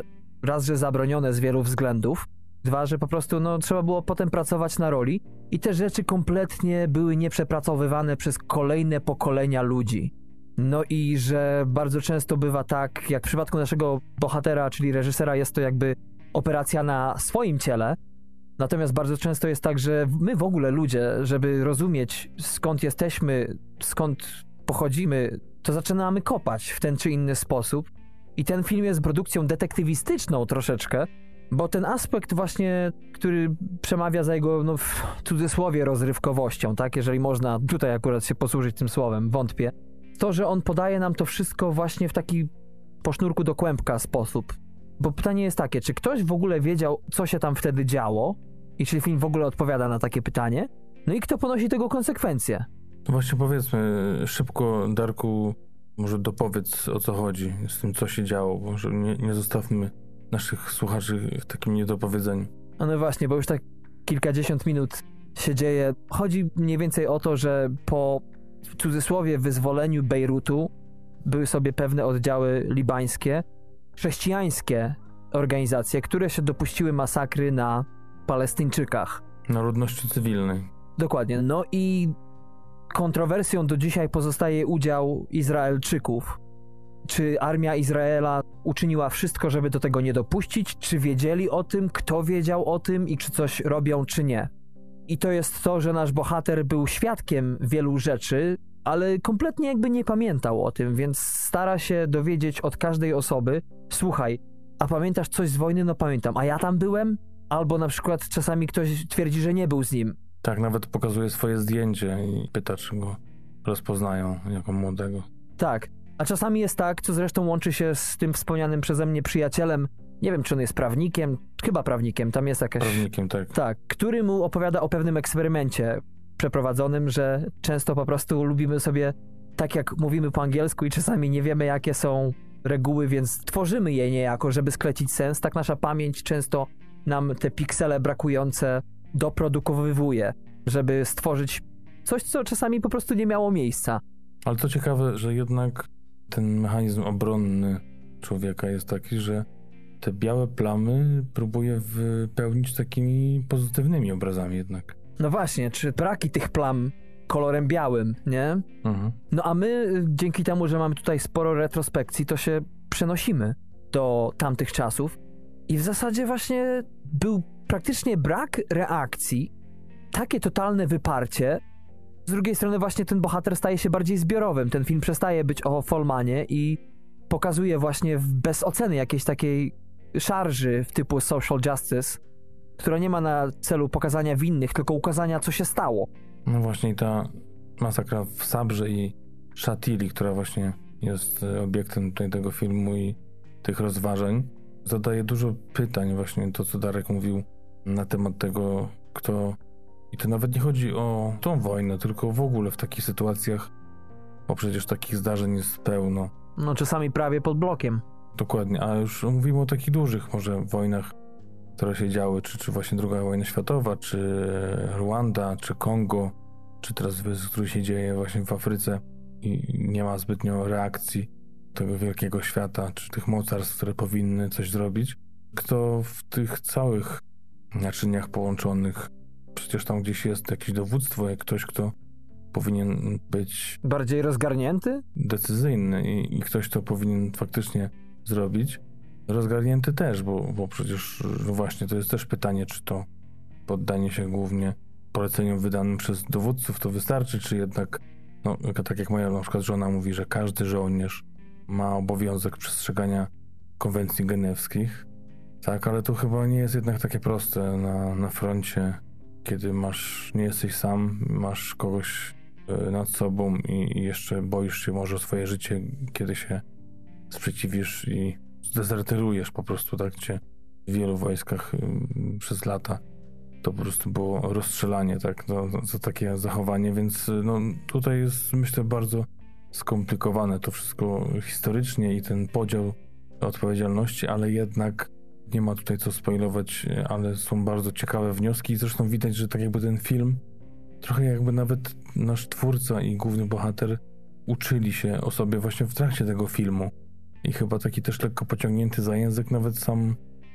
A: raz, że zabronione z wielu względów, dwa, że po prostu no, trzeba było potem pracować na roli i te rzeczy kompletnie były nieprzepracowywane przez kolejne pokolenia ludzi. No i że bardzo często bywa tak, jak w przypadku naszego bohatera, czyli reżysera, jest to jakby operacja na swoim ciele, natomiast bardzo często jest tak, że my w ogóle ludzie, żeby rozumieć skąd jesteśmy, skąd pochodzimy, to zaczynamy kopać w ten czy inny sposób. I ten film jest produkcją detektywistyczną troszeczkę, bo ten aspekt właśnie, który przemawia za jego, no w cudzysłowie, rozrywkowością, tak, jeżeli można tutaj akurat się posłużyć tym słowem, wątpię, to, że on podaje nam to wszystko właśnie w taki po sznurku do kłębka sposób. Bo pytanie jest takie, czy ktoś w ogóle wiedział, co się tam wtedy działo i czy film w ogóle odpowiada na takie pytanie? No i kto ponosi tego konsekwencje?
B: To właśnie powiedzmy szybko, Darku, może dopowiedz, o co chodzi z tym, co się działo, bo że nie, nie zostawmy naszych słuchaczy w takim niedopowiedzeniu.
A: No właśnie, bo już tak kilkadziesiąt minut się dzieje. Chodzi mniej więcej o to, że po, w cudzysłowie, wyzwoleniu Bejrutu były sobie pewne oddziały libańskie, chrześcijańskie organizacje, które się dopuściły masakry na Palestyńczykach.
B: Na ludności cywilnej.
A: Dokładnie. No i kontrowersją do dzisiaj pozostaje udział Izraelczyków. Czy armia Izraela uczyniła wszystko, żeby do tego nie dopuścić? Czy wiedzieli o tym? Kto wiedział o tym? I czy coś robią, czy nie? I to jest to, że nasz bohater był świadkiem wielu rzeczy, ale kompletnie jakby nie pamiętał o tym, więc stara się dowiedzieć od każdej osoby: słuchaj, a pamiętasz coś z wojny? No pamiętam. A ja tam byłem? Albo na przykład czasami ktoś twierdzi, że nie był z nim.
B: Tak, nawet pokazuje swoje zdjęcie i pyta, czy go rozpoznają jako młodego.
A: Tak. A czasami jest tak, co zresztą łączy się z tym wspomnianym przeze mnie przyjacielem, nie wiem, czy on jest prawnikiem, chyba prawnikiem, tam jest jakaś...
B: Prawnikiem, tak.
A: Tak, który mu opowiada o pewnym eksperymencie przeprowadzonym, że często po prostu lubimy sobie, tak jak mówimy po angielsku i czasami nie wiemy, jakie są reguły, więc tworzymy je niejako, żeby sklecić sens. Tak nasza pamięć często nam te piksele brakujące doprodukowywuje, żeby stworzyć coś, co czasami po prostu nie miało miejsca.
B: Ale to ciekawe, że jednak ten mechanizm obronny człowieka jest taki, że te białe plamy próbuje wypełnić takimi pozytywnymi obrazami jednak.
A: No właśnie, czy braki tych plam kolorem białym, nie?
B: Mhm.
A: No a my, dzięki temu, że mamy tutaj sporo retrospekcji, to się przenosimy do tamtych czasów i w zasadzie właśnie był praktycznie brak reakcji, takie totalne wyparcie. Z drugiej strony właśnie ten bohater staje się bardziej zbiorowym. Ten film przestaje być o Folmanie i pokazuje właśnie bez oceny jakiejś takiej szarży w typu social justice, która nie ma na celu pokazania winnych, tylko ukazania, co się stało.
B: No właśnie i ta masakra w Sabrze i Shatili, która właśnie jest obiektem tutaj tego filmu i tych rozważań, zadaje dużo pytań, właśnie to, co Darek mówił na temat tego, kto... I to nawet nie chodzi o tą wojnę, tylko w ogóle w takich sytuacjach, bo przecież takich zdarzeń jest pełno.
A: No czasami prawie pod blokiem.
B: Dokładnie, a już mówimy o takich dużych może wojnach, które się działy, czy, czy właśnie druga wojna światowa, czy Rwanda, czy Kongo, czy teraz wyzysk, który się dzieje właśnie w Afryce i nie ma zbytnio reakcji tego wielkiego świata, czy tych mocarstw, które powinny coś zrobić. Kto w tych całych naczyniach połączonych, przecież tam gdzieś jest jakieś dowództwo, jak ktoś, kto powinien być
A: bardziej rozgarnięty?
B: Decyzyjny i, i ktoś, kto powinien faktycznie zrobić. Rozgarnięty też, bo, bo przecież no właśnie to jest też pytanie, czy to poddanie się głównie poleceniom wydanym przez dowódców to wystarczy, czy jednak, no tak jak moja na przykład żona mówi, że każdy żołnierz ma obowiązek przestrzegania konwencji genewskich. Tak, ale to chyba nie jest jednak takie proste na, na froncie, kiedy masz, nie jesteś sam, masz kogoś nad sobą i, i jeszcze boisz się może o swoje życie, kiedy się sprzeciwisz i zdezerterujesz po prostu, tak cię w wielu wojskach y, przez lata. To po prostu było rozstrzelanie, tak, za, za takie zachowanie, więc no tutaj jest, myślę, bardzo skomplikowane to wszystko historycznie i ten podział odpowiedzialności, ale jednak nie ma tutaj co spoilować, ale są bardzo ciekawe wnioski i zresztą widać, że tak jakby ten film, trochę jakby nawet nasz twórca i główny bohater uczyli się o sobie właśnie w trakcie tego filmu. I chyba taki też lekko pociągnięty za język nawet sam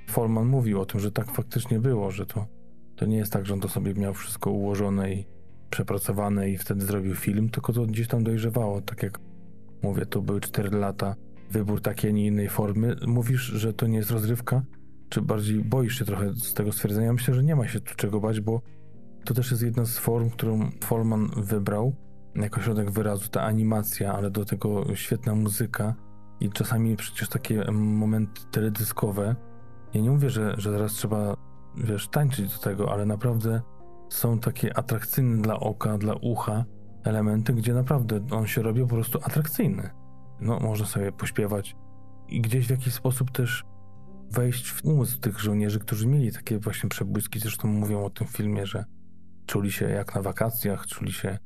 B: Folman mówił o tym, że tak faktycznie było, że to, to nie jest tak, że on to sobie miał wszystko ułożone i przepracowane i wtedy zrobił film, tylko to gdzieś tam dojrzewało, tak jak mówię, to były cztery lata, wybór takiej, a nie innej formy. Mówisz, że to nie jest rozrywka? Czy bardziej boisz się trochę z tego stwierdzenia? Ja myślę, że nie ma się tu czego bać, bo to też jest jedna z form, którą Folman wybrał jako środek wyrazu, ta animacja, ale do tego świetna muzyka i czasami przecież takie momenty teledyskowe. Ja nie mówię, że, że teraz trzeba, wiesz, tańczyć do tego, ale naprawdę są takie atrakcyjne dla oka, dla ucha elementy, gdzie naprawdę on się robi po prostu atrakcyjny. No, można sobie pośpiewać i gdzieś w jakiś sposób też wejść w umysł tych żołnierzy, którzy mieli takie właśnie przebłyski. Zresztą mówią o tym filmie, że czuli się jak na wakacjach, czuli się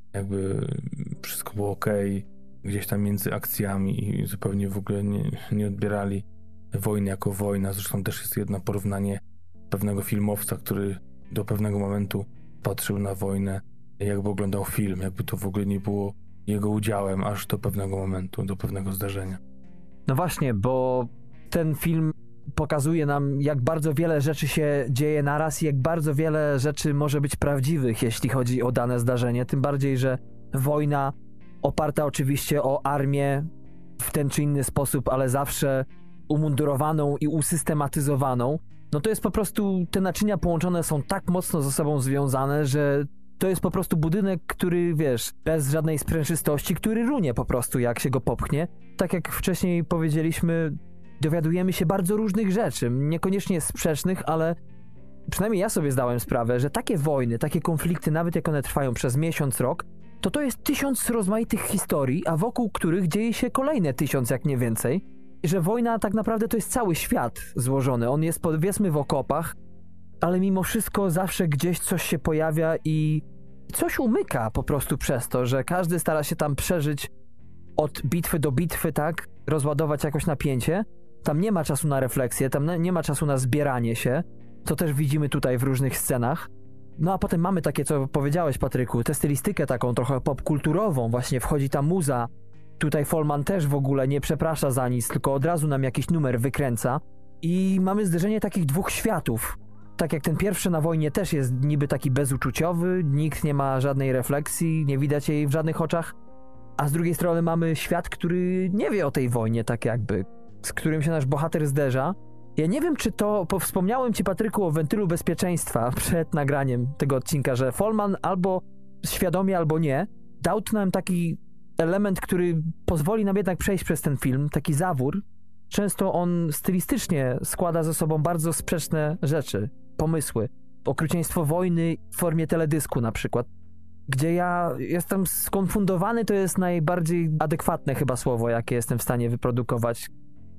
B: jakby wszystko było okej, gdzieś tam między akcjami i zupełnie w ogóle nie, nie odbierali wojny jako wojna. Zresztą też jest jedno porównanie pewnego filmowca, który do pewnego momentu patrzył na wojnę, jakby oglądał film, jakby to w ogóle nie było jego udziałem aż do pewnego momentu, do pewnego zdarzenia.
A: No właśnie, bo ten film pokazuje nam, jak bardzo wiele rzeczy się dzieje naraz i jak bardzo wiele rzeczy może być prawdziwych, jeśli chodzi o dane zdarzenie. Tym bardziej, że wojna oparta oczywiście o armię w ten czy inny sposób, ale zawsze umundurowaną i usystematyzowaną, no to jest po prostu, te naczynia połączone są tak mocno ze sobą związane, że to jest po prostu budynek, który, wiesz, bez żadnej sprężystości, który runie po prostu, jak się go popchnie. Tak jak wcześniej powiedzieliśmy, dowiadujemy się bardzo różnych rzeczy, niekoniecznie sprzecznych, ale przynajmniej ja sobie zdałem sprawę, że takie wojny, takie konflikty, nawet jak one trwają przez miesiąc, rok, to to jest tysiąc rozmaitych historii, a wokół których dzieje się kolejne tysiąc, jak nie więcej. I że wojna tak naprawdę to jest cały świat złożony. On jest, powiedzmy, w okopach, ale mimo wszystko zawsze gdzieś coś się pojawia i coś umyka po prostu przez to, że każdy stara się tam przeżyć od bitwy do bitwy, tak? Rozładować jakoś napięcie. Tam nie ma czasu na refleksję, tam nie ma czasu na zbieranie się. To też widzimy tutaj w różnych scenach. No a potem mamy takie, co powiedziałeś, Patryku, tę stylistykę taką trochę popkulturową. Właśnie wchodzi ta muza. Tutaj Folman też w ogóle nie przeprasza za nic, tylko od razu nam jakiś numer wykręca. I mamy zderzenie takich dwóch światów. Tak jak ten pierwszy na wojnie też jest niby taki bezuczuciowy, nikt nie ma żadnej refleksji, nie widać jej w żadnych oczach. A z drugiej strony mamy świat, który nie wie o tej wojnie tak jakby, z którym się nasz bohater zderza. Ja nie wiem, czy to, bo wspomniałem ci, Patryku, o wentylu bezpieczeństwa przed nagraniem tego odcinka, że Folman albo świadomie, albo nie, dał nam taki element, który pozwoli nam jednak przejść przez ten film, taki zawór. Często on stylistycznie składa ze sobą bardzo sprzeczne rzeczy, pomysły. Okrucieństwo wojny w formie teledysku na przykład, gdzie ja jestem skonfundowany, to jest najbardziej adekwatne chyba słowo, jakie jestem w stanie wyprodukować.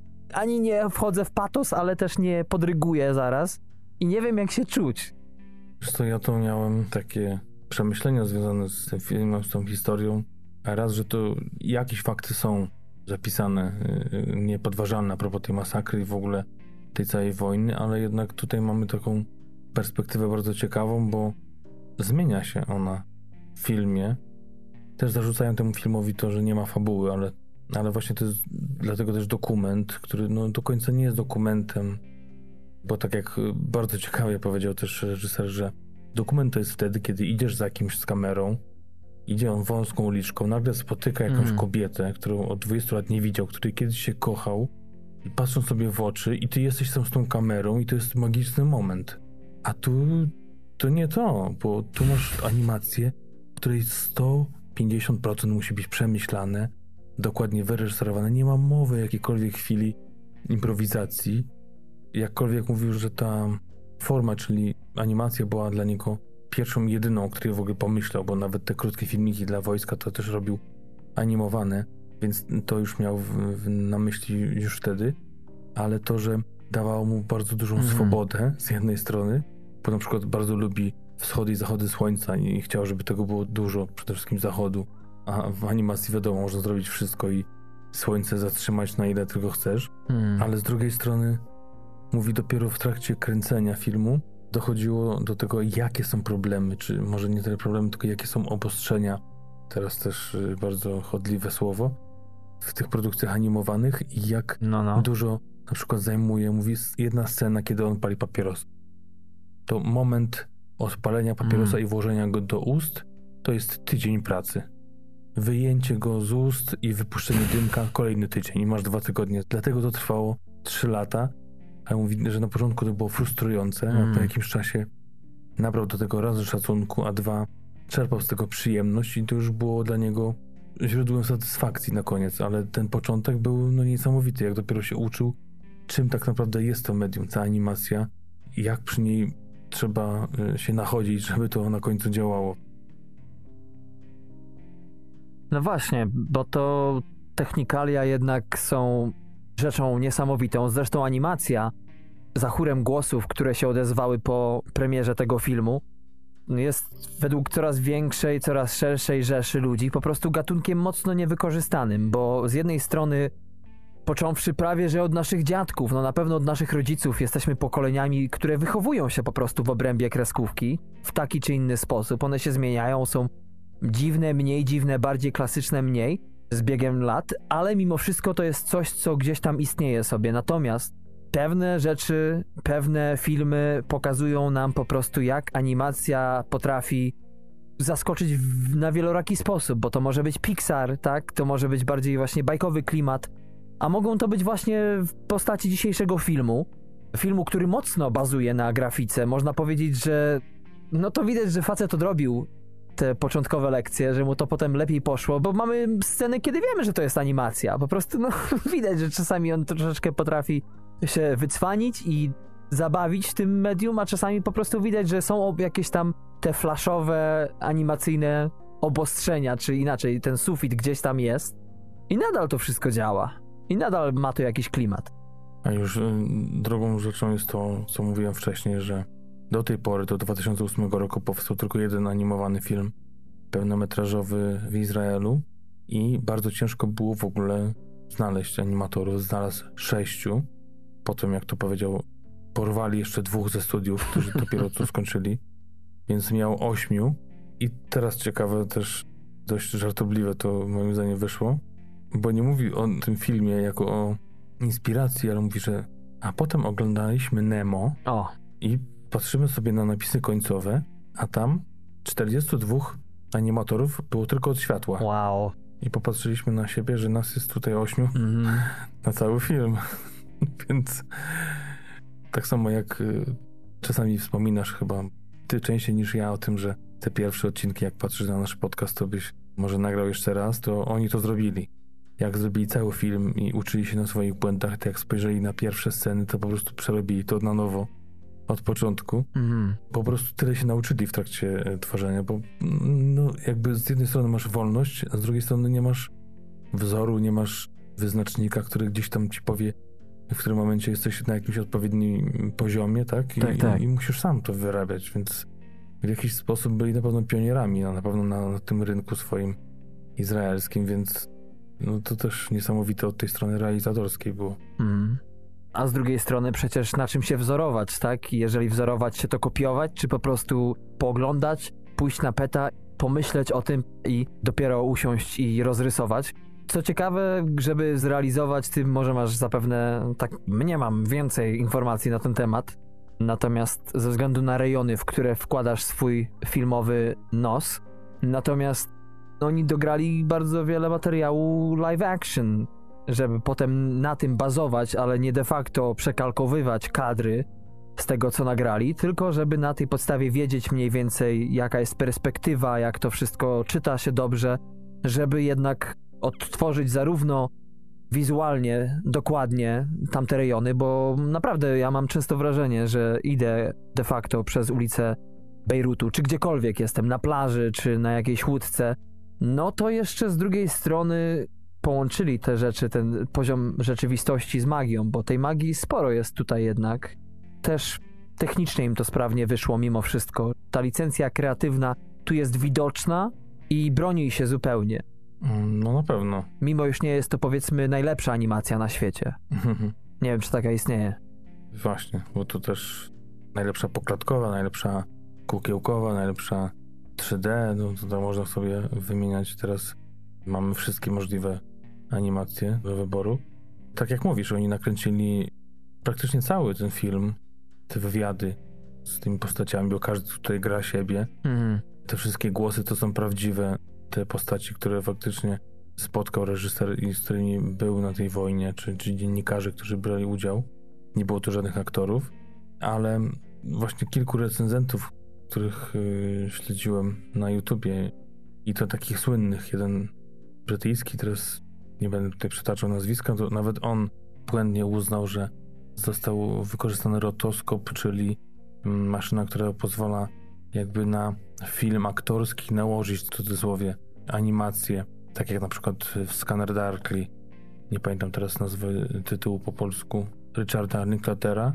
A: Ani nie wchodzę w patos, ale też nie podryguję zaraz i nie wiem, jak się czuć.
B: Wiesz co, ja to miałem takie przemyślenia związane z tym filmem, z tą historią. A raz, że to jakieś fakty są zapisane, niepodważalne a propos tej masakry i w ogóle tej całej wojny, ale jednak tutaj mamy taką perspektywę bardzo ciekawą, bo zmienia się ona w filmie. Też zarzucają temu filmowi to, że nie ma fabuły, ale, ale właśnie to jest dlatego też dokument, który no do końca nie jest dokumentem, bo tak jak bardzo ciekawie powiedział też reżyser, że dokument to jest wtedy, kiedy idziesz za kimś z kamerą, idzie on wąską uliczką, nagle spotyka jakąś mm. kobietę, którą od dwudziestu lat nie widział, której kiedyś się kochał i patrzą sobie w oczy i ty jesteś tam z tą kamerą i to jest magiczny moment. A tu to nie to, bo tu masz animację, w której sto pięćdziesiąt procent musi być przemyślane, dokładnie wyreżyserowane. Nie ma mowy o jakiejkolwiek chwili improwizacji. Jakkolwiek mówił, że ta forma, czyli animacja była dla niego pierwszą i jedyną, o której w ogóle pomyślał, bo nawet te krótkie filmiki dla wojska to też robił animowane, więc to już miał w, w, na myśli już wtedy, ale to, że dawało mu bardzo dużą mm. swobodę z jednej strony, bo na przykład bardzo lubi wschody i zachody słońca i chciał, żeby tego było dużo, przede wszystkim zachodu, a w animacji wiadomo, można zrobić wszystko i słońce zatrzymać na ile tylko chcesz, mm. ale z drugiej strony mówi, dopiero w trakcie kręcenia filmu dochodziło do tego, jakie są problemy, czy może nie tyle problemy, tylko jakie są obostrzenia, teraz też bardzo chodliwe słowo, w tych produkcjach animowanych i jak no, no. dużo na przykład zajmuje, mówi, jedna scena, kiedy on pali papieros. To moment odpalenia papierosa mm. i włożenia go do ust, to jest tydzień pracy. Wyjęcie go z ust i wypuszczenie dymka, kolejny tydzień i masz dwa tygodnie. Dlatego to trwało trzy lata, a mówi, że na początku to było frustrujące, mm. a po jakimś czasie nabrał do tego raz szacunku, a dwa czerpał z tego przyjemność i to już było dla niego źródłem satysfakcji na koniec, ale ten początek był no niesamowity, jak dopiero się uczył, czym tak naprawdę jest to medium, ta animacja i jak przy niej trzeba się nachodzić, żeby to na końcu działało.
A: No właśnie, bo to technikalia jednak są rzeczą niesamowitą. Zresztą animacja za chórem głosów, które się odezwały po premierze tego filmu, jest według coraz większej, coraz szerszej rzeszy ludzi po prostu gatunkiem mocno niewykorzystanym, bo z jednej strony począwszy prawie, że od naszych dziadków, no na pewno od naszych rodziców, jesteśmy pokoleniami, które wychowują się po prostu w obrębie kreskówki w taki czy inny sposób. One się zmieniają, są dziwne, mniej dziwne, bardziej klasyczne, mniej z biegiem lat, ale mimo wszystko to jest coś, co gdzieś tam istnieje sobie. Natomiast pewne rzeczy, pewne filmy pokazują nam po prostu, jak animacja potrafi zaskoczyć w, na wieloraki sposób, bo to może być Pixar, tak? To może być bardziej właśnie bajkowy klimat, a mogą to być właśnie w postaci dzisiejszego filmu. Filmu, który mocno bazuje na grafice. Można powiedzieć, że no to widać, że facet odrobił te początkowe lekcje, że mu to potem lepiej poszło, bo mamy sceny, kiedy wiemy, że to jest animacja. Po prostu no widać, że czasami on troszeczkę potrafi się wycwanić i zabawić w tym medium, a czasami po prostu widać, że są jakieś tam te flashowe, animacyjne obostrzenia, czy inaczej, ten sufit gdzieś tam jest i nadal to wszystko działa. I nadal ma to jakiś klimat.
B: A już y, drugą rzeczą jest to, co mówiłem wcześniej, że do tej pory, do dwa tysiące ósmego roku powstał tylko jeden animowany film pełnometrażowy w Izraelu i bardzo ciężko było w ogóle znaleźć animatorów. Znalazł sześciu. Potem, jak to powiedział, porwali jeszcze dwóch ze studiów, którzy dopiero to skończyli. Więc miał ośmiu. I teraz ciekawe, też dość żartobliwe to moim zdaniem wyszło, bo nie mówi o tym filmie jako o inspiracji, ale mówi, że a potem oglądaliśmy Nemo
A: o.
B: i patrzymy sobie na napisy końcowe, a tam czterdziestu dwóch animatorów było tylko od światła.
A: Wow.
B: I popatrzyliśmy na siebie, że nas jest tutaj ośmiu mm. na cały film. Więc tak samo jak y, czasami wspominasz chyba ty częściej niż ja o tym, że te pierwsze odcinki, jak patrzysz na nasz podcast, to byś może nagrał jeszcze raz, to oni to zrobili. Jak zrobili cały film i uczyli się na swoich błędach, to jak spojrzeli na pierwsze sceny, to po prostu przerobili to na nowo. Od początku. Mm. Po prostu tyle się nauczyli w trakcie e, tworzenia, bo no, jakby z jednej strony masz wolność, a z drugiej strony nie masz wzoru, nie masz wyznacznika, który gdzieś tam ci powie, w którym momencie jesteś na jakimś odpowiednim poziomie, tak? I,
A: tak, tak.
B: i, i musisz sam to wyrabiać, więc w jakiś sposób byli na pewno pionierami, a na pewno na, na tym rynku swoim izraelskim, więc no, to też niesamowite od tej strony realizatorskiej było.
A: Mm. A z drugiej strony przecież na czym się wzorować, tak? Jeżeli wzorować się, to kopiować, czy po prostu pooglądać, pójść na peta, pomyśleć o tym i dopiero usiąść i rozrysować. Co ciekawe, żeby zrealizować, ty może masz zapewne, tak, nie mam więcej informacji na ten temat, natomiast ze względu na rejony, w które wkładasz swój filmowy nos, natomiast oni dograli bardzo wiele materiału live action, żeby potem na tym bazować, ale nie de facto przekalkowywać kadry z tego, co nagrali, tylko żeby na tej podstawie wiedzieć mniej więcej, jaka jest perspektywa, jak to wszystko czyta się dobrze, żeby jednak odtworzyć zarówno wizualnie, dokładnie tamte rejony, bo naprawdę ja mam często wrażenie, że idę de facto przez ulicę Bejrutu, czy gdziekolwiek jestem, na plaży, czy na jakiejś łódce, no to jeszcze z drugiej strony połączyli te rzeczy, ten poziom rzeczywistości z magią, bo tej magii sporo jest tutaj jednak. Też technicznie im to sprawnie wyszło mimo wszystko. Ta licencja kreatywna tu jest widoczna i broni się zupełnie.
B: No na pewno.
A: Mimo już nie jest to, powiedzmy, najlepsza animacja na świecie. Nie wiem, czy taka istnieje.
B: Właśnie, bo tu też najlepsza poklatkowa, najlepsza kukiełkowa, najlepsza trzy D, no to można sobie wymieniać. Teraz mamy wszystkie możliwe animacje do wyboru. Tak jak mówisz, oni nakręcili praktycznie cały ten film, te wywiady z tymi postaciami, bo każdy tutaj gra siebie. Mhm. Te wszystkie głosy to są prawdziwe, te postaci, które faktycznie spotkał reżyser i z którymi był na tej wojnie, czy, czy dziennikarze, którzy brali udział. Nie było tu żadnych aktorów, ale właśnie kilku recenzentów, których yy, śledziłem na YouTubie i to takich słynnych, jeden brytyjski, teraz nie będę tutaj przytaczał nazwiska, to nawet on błędnie uznał, że został wykorzystany rotoskop, czyli maszyna, która pozwala jakby na film aktorski nałożyć w cudzysłowie animację, tak jak na przykład w Scanner Darkly, nie pamiętam teraz nazwy tytułu po polsku, Richarda Linklatera,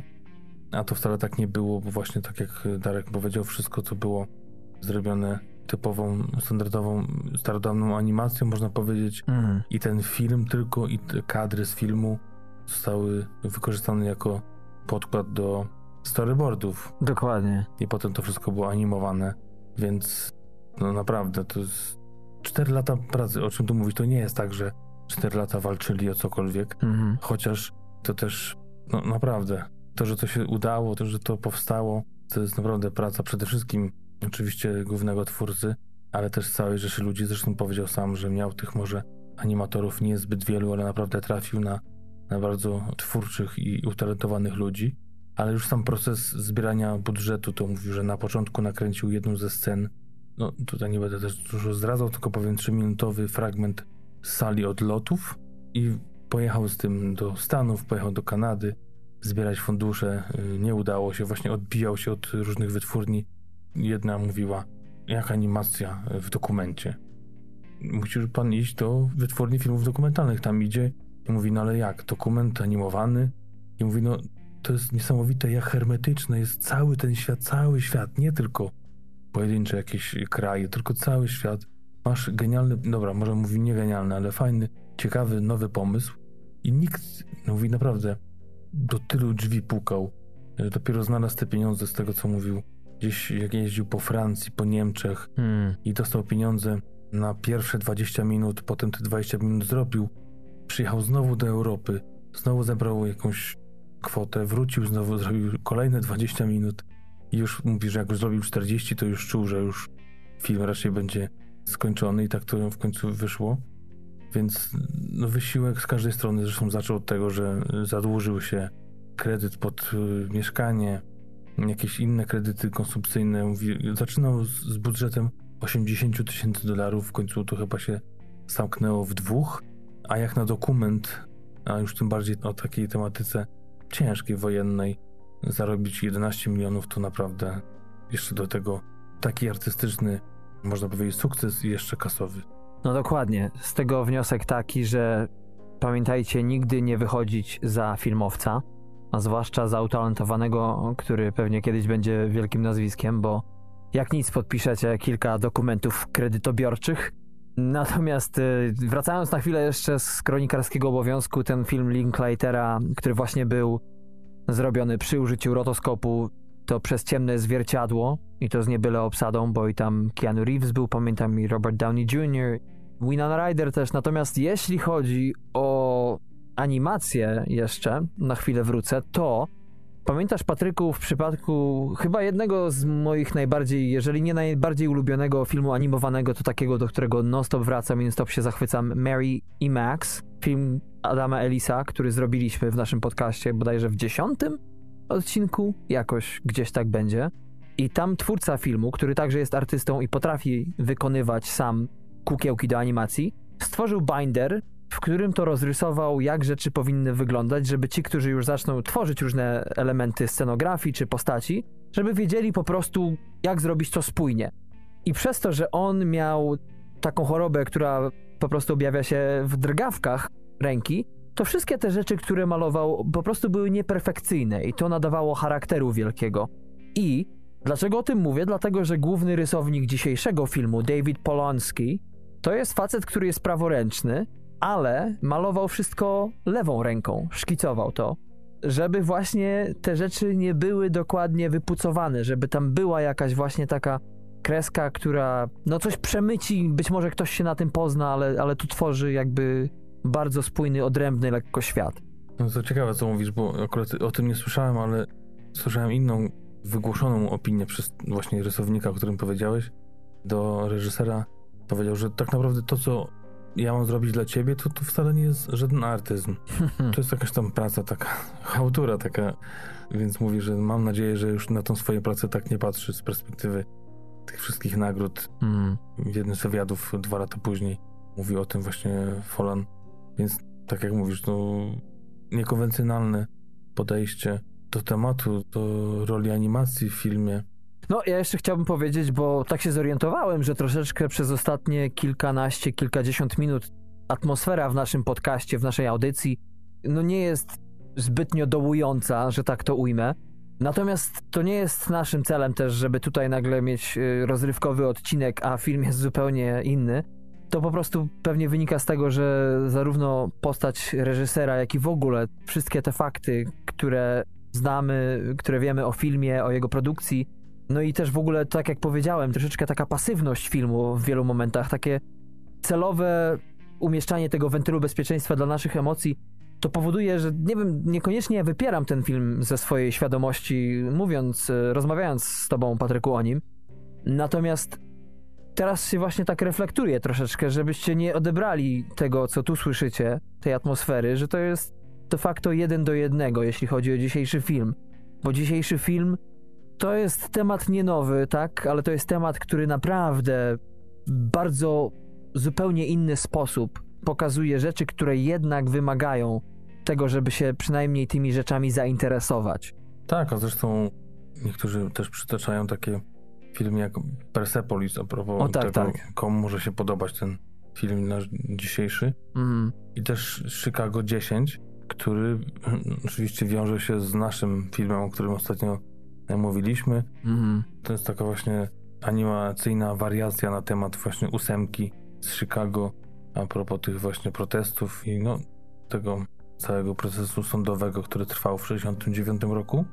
B: a to wcale tak nie było, bo właśnie tak jak Darek powiedział, wszystko co było zrobione typową, standardową, starodawną animacją, można powiedzieć, mm. i ten film tylko, i te kadry z filmu zostały wykorzystane jako podkład do storyboardów.
A: Dokładnie.
B: I potem to wszystko było animowane, więc no naprawdę to jest cztery lata pracy, o czym tu mówisz, to nie jest tak, że cztery lata walczyli o cokolwiek, mm-hmm. chociaż to też, no naprawdę, to, że to się udało, to, że to powstało, to jest naprawdę praca przede wszystkim oczywiście głównego twórcy, ale też całej rzeszy ludzi. Zresztą powiedział sam, że miał tych może animatorów niezbyt wielu, ale naprawdę trafił na, na bardzo twórczych i utalentowanych ludzi. Ale już sam proces zbierania budżetu, to mówił, że na początku nakręcił jedną ze scen. No tutaj nie będę też dużo zdradzał, tylko powiem trzyminutowy fragment z sali odlotów i pojechał z tym do Stanów, pojechał do Kanady zbierać fundusze. Nie udało się, właśnie odbijał się od różnych wytwórni. Jedna mówiła, jak animacja w dokumencie. Musi pan iść do wytwórni filmów dokumentalnych. Tam idzie i mówi, no ale jak, dokument animowany? I mówi, no to jest niesamowite, jak hermetyczny jest cały ten świat, cały świat, nie tylko pojedyncze jakieś kraje, tylko cały świat. Masz genialny, dobra, może mówi nie genialny, ale fajny, ciekawy, nowy pomysł i nikt, no mówi naprawdę, do tylu drzwi pukał, że dopiero znalazł te pieniądze z tego, co mówił. Gdzieś jak jeździł po Francji, po Niemczech hmm. i dostał pieniądze na pierwsze dwadzieścia minut, potem te dwadzieścia minut zrobił, przyjechał znowu do Europy, znowu zebrał jakąś kwotę, wrócił, znowu zrobił kolejne dwadzieścia minut i już mówi, że jak już zrobił czterdzieści, to już czuł, że już film raczej będzie skończony i tak to w końcu wyszło. Więc no, wysiłek z każdej strony, zresztą zaczął od tego, że zadłużył się, kredyt pod y, mieszkanie, jakieś inne kredyty konsumpcyjne. Mówi, zaczynał z, z budżetem osiemdziesiąt tysięcy dolarów, w końcu to chyba się zamknęło w dwóch, a jak na dokument, a już tym bardziej o takiej tematyce ciężkiej, wojennej, zarobić jedenaście milionów, to naprawdę jeszcze do tego taki artystyczny, można powiedzieć, sukces i jeszcze kasowy.
A: No dokładnie. Z tego wniosek taki, że pamiętajcie, nigdy nie wychodzić za filmowca, a zwłaszcza za utalentowanego, który pewnie kiedyś będzie wielkim nazwiskiem, bo jak nic podpiszecie kilka dokumentów kredytobiorczych. Natomiast wracając na chwilę jeszcze z Kronikarskiego Obowiązku, ten film Linklatera, który właśnie był zrobiony przy użyciu rotoskopu, to przez ciemne zwierciadło i to z niebyle obsadą, bo i tam Keanu Reeves był, pamiętam, i Robert Downey junior, Winona Ryder też. Natomiast jeśli chodzi o animację jeszcze, na chwilę wrócę, to pamiętasz, Patryku, w przypadku chyba jednego z moich najbardziej, jeżeli nie najbardziej ulubionego filmu animowanego, to takiego, do którego non-stop wracam i non-stop się zachwycam, Mary i Max, film Adama Ellisa, który zrobiliśmy w naszym podcaście bodajże w dziesiątym odcinku, jakoś gdzieś tak będzie. I tam twórca filmu, który także jest artystą i potrafi wykonywać sam kukiełki do animacji, stworzył binder, w którym to rozrysował, jak rzeczy powinny wyglądać, żeby ci, którzy już zaczną tworzyć różne elementy scenografii czy postaci, żeby wiedzieli po prostu, jak zrobić to spójnie. I przez to, że on miał taką chorobę, która po prostu objawia się w drgawkach ręki, to wszystkie te rzeczy, które malował, po prostu były nieperfekcyjne i to nadawało charakteru wielkiego. I dlaczego o tym mówię? Dlatego, że główny rysownik dzisiejszego filmu, David Polonsky, to jest facet, który jest praworęczny, ale malował wszystko lewą ręką, szkicował to, żeby właśnie te rzeczy nie były dokładnie wypucowane, żeby tam była jakaś właśnie taka kreska, która no coś przemyci, być może ktoś się na tym pozna, ale, ale tu tworzy jakby bardzo spójny, odrębny lekko świat.
B: No to ciekawe, co mówisz, bo akurat o tym nie słyszałem, ale słyszałem inną wygłoszoną opinię przez właśnie rysownika, o którym powiedziałeś, do reżysera. Powiedział, że tak naprawdę to, co ja mam zrobić dla ciebie, to, to wcale nie jest żaden artyzm. To jest jakaś tam praca taka, chałtura taka, więc mówi, że mam nadzieję, że już na tą swoją pracę tak nie patrzy z perspektywy tych wszystkich nagród.
A: Mm.
B: W jednym z wywiadów dwa lata później mówił o tym właśnie Follan, więc tak jak mówisz, to niekonwencjonalne podejście do tematu, do roli animacji w filmie.
A: No, ja jeszcze chciałbym powiedzieć, bo tak się zorientowałem, że troszeczkę przez ostatnie kilkanaście, kilkadziesiąt minut atmosfera w naszym podcaście, w naszej audycji, no nie jest zbytnio dołująca, że tak to ujmę. Natomiast to nie jest naszym celem też, żeby tutaj nagle mieć rozrywkowy odcinek, a film jest zupełnie inny. To po prostu pewnie wynika z tego, że zarówno postać reżysera, jak i w ogóle wszystkie te fakty, które znamy, które wiemy o filmie, o jego produkcji, no i też w ogóle, tak jak powiedziałem, troszeczkę taka pasywność filmu w wielu momentach, takie celowe umieszczanie tego wentylu bezpieczeństwa dla naszych emocji, to powoduje, że nie wiem, niekoniecznie wypieram ten film ze swojej świadomości, mówiąc, rozmawiając z tobą, Patryku, o nim. Natomiast teraz się właśnie tak reflektuję troszeczkę, żebyście nie odebrali tego, co tu słyszycie, tej atmosfery, że to jest de facto jeden do jednego, jeśli chodzi o dzisiejszy film. Bo dzisiejszy film to jest temat nie nowy, tak? Ale to jest temat, który naprawdę w bardzo zupełnie inny sposób pokazuje rzeczy, które jednak wymagają tego, żeby się przynajmniej tymi rzeczami zainteresować.
B: Tak, a zresztą niektórzy też przytaczają takie filmy jak Persepolis, a propos
A: o, tak,
B: tego,
A: tak.
B: komu może się podobać ten film nasz dzisiejszy.
A: Mm.
B: I też Chicago dziesięć, który oczywiście wiąże się z naszym filmem, o którym ostatnio mówiliśmy.
A: Mm.
B: To jest taka właśnie animacyjna wariacja na temat właśnie ósemki z Chicago, a propos tych właśnie protestów i no tego całego procesu sądowego, który trwał w sześćdziesiątym dziewiątym roku.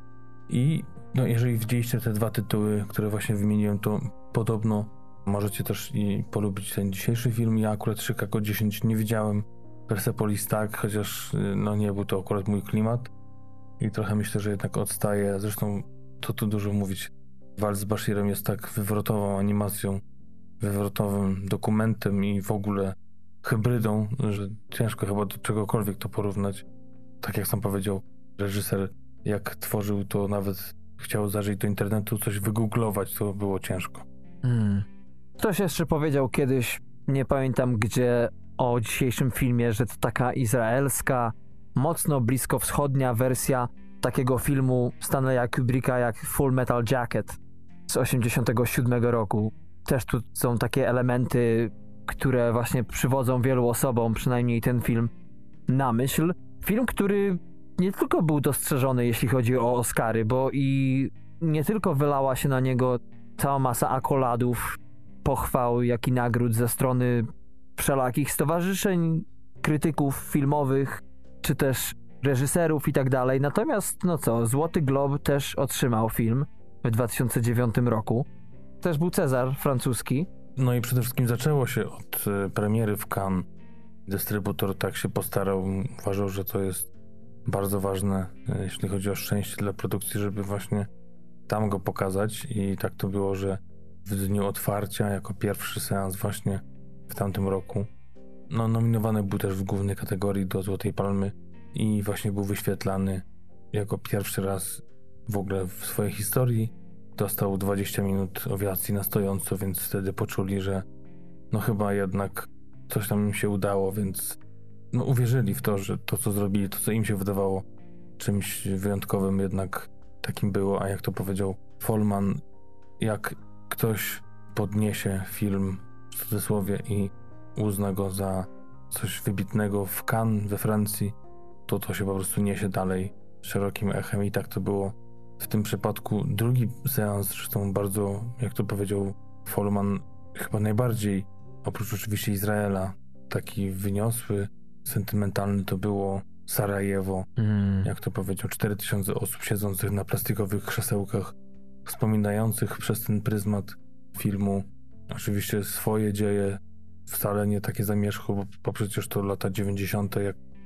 B: I no jeżeli widzieliście te dwa tytuły, które właśnie wymieniłem, to podobno możecie też i polubić ten dzisiejszy film. Ja akurat Chicago dziesięć nie widziałem, Persepolis tak, chociaż no nie był to akurat mój klimat i trochę myślę, że jednak odstaje. Zresztą to tu dużo mówić. Walcz z Bashirem jest tak wywrotową animacją, wywrotowym dokumentem i w ogóle hybrydą, że ciężko chyba do czegokolwiek to porównać. Tak jak sam powiedział reżyser, jak tworzył to, nawet chciał zajrzeć do internetu, coś wygooglować, to było ciężko.
A: Hmm. Ktoś jeszcze powiedział kiedyś, nie pamiętam gdzie, o dzisiejszym filmie, że to taka izraelska, mocno bliskowschodnia wersja takiego filmu Stanleya Kubricka jak Full Metal Jacket z osiemdziesiątego siódmego roku. Też tu są takie elementy, które właśnie przywodzą wielu osobom, przynajmniej ten film, na myśl. Film, który nie tylko był dostrzeżony, jeśli chodzi o Oscary, bo i nie tylko wylała się na niego cała masa akoladów, pochwał, jak i nagród ze strony wszelakich stowarzyszeń, krytyków filmowych, czy też reżyserów i tak dalej. Natomiast, no co, Złoty Glob też otrzymał film w dwa tysiące dziewiątym roku. Też był Cezar francuski.
B: No i przede wszystkim zaczęło się od e, premiery w Cannes. Dystrybutor tak się postarał, uważał, że to jest bardzo ważne, e, jeśli chodzi o szczęście dla produkcji, żeby właśnie tam go pokazać i tak to było, że w dniu otwarcia, jako pierwszy seans właśnie w tamtym roku, no nominowany był też w głównej kategorii do Złotej Palmy i właśnie był wyświetlany jako pierwszy raz w ogóle w swojej historii. Dostał dwadzieścia minut owiacji na stojąco, więc wtedy poczuli, że no chyba jednak coś tam im się udało, więc no uwierzyli w to, że to co zrobili, to co im się wydawało czymś wyjątkowym jednak takim było, a jak to powiedział Folman, jak ktoś podniesie film w cudzysłowie i uzna go za coś wybitnego w Cannes we Francji, to to się po prostu niesie dalej szerokim echem i tak to było w tym przypadku. Drugi seans, zresztą bardzo, jak to powiedział Folman, chyba najbardziej, oprócz oczywiście Izraela, taki wyniosły, sentymentalny, to było Sarajewo. Mm. Jak to powiedział, cztery tysiące osób siedzących na plastikowych krzesełkach, wspominających przez ten pryzmat filmu oczywiście swoje dzieje, wcale nie takie zamierzchłe, bo, bo przecież to lata dziewięćdziesiąte, jak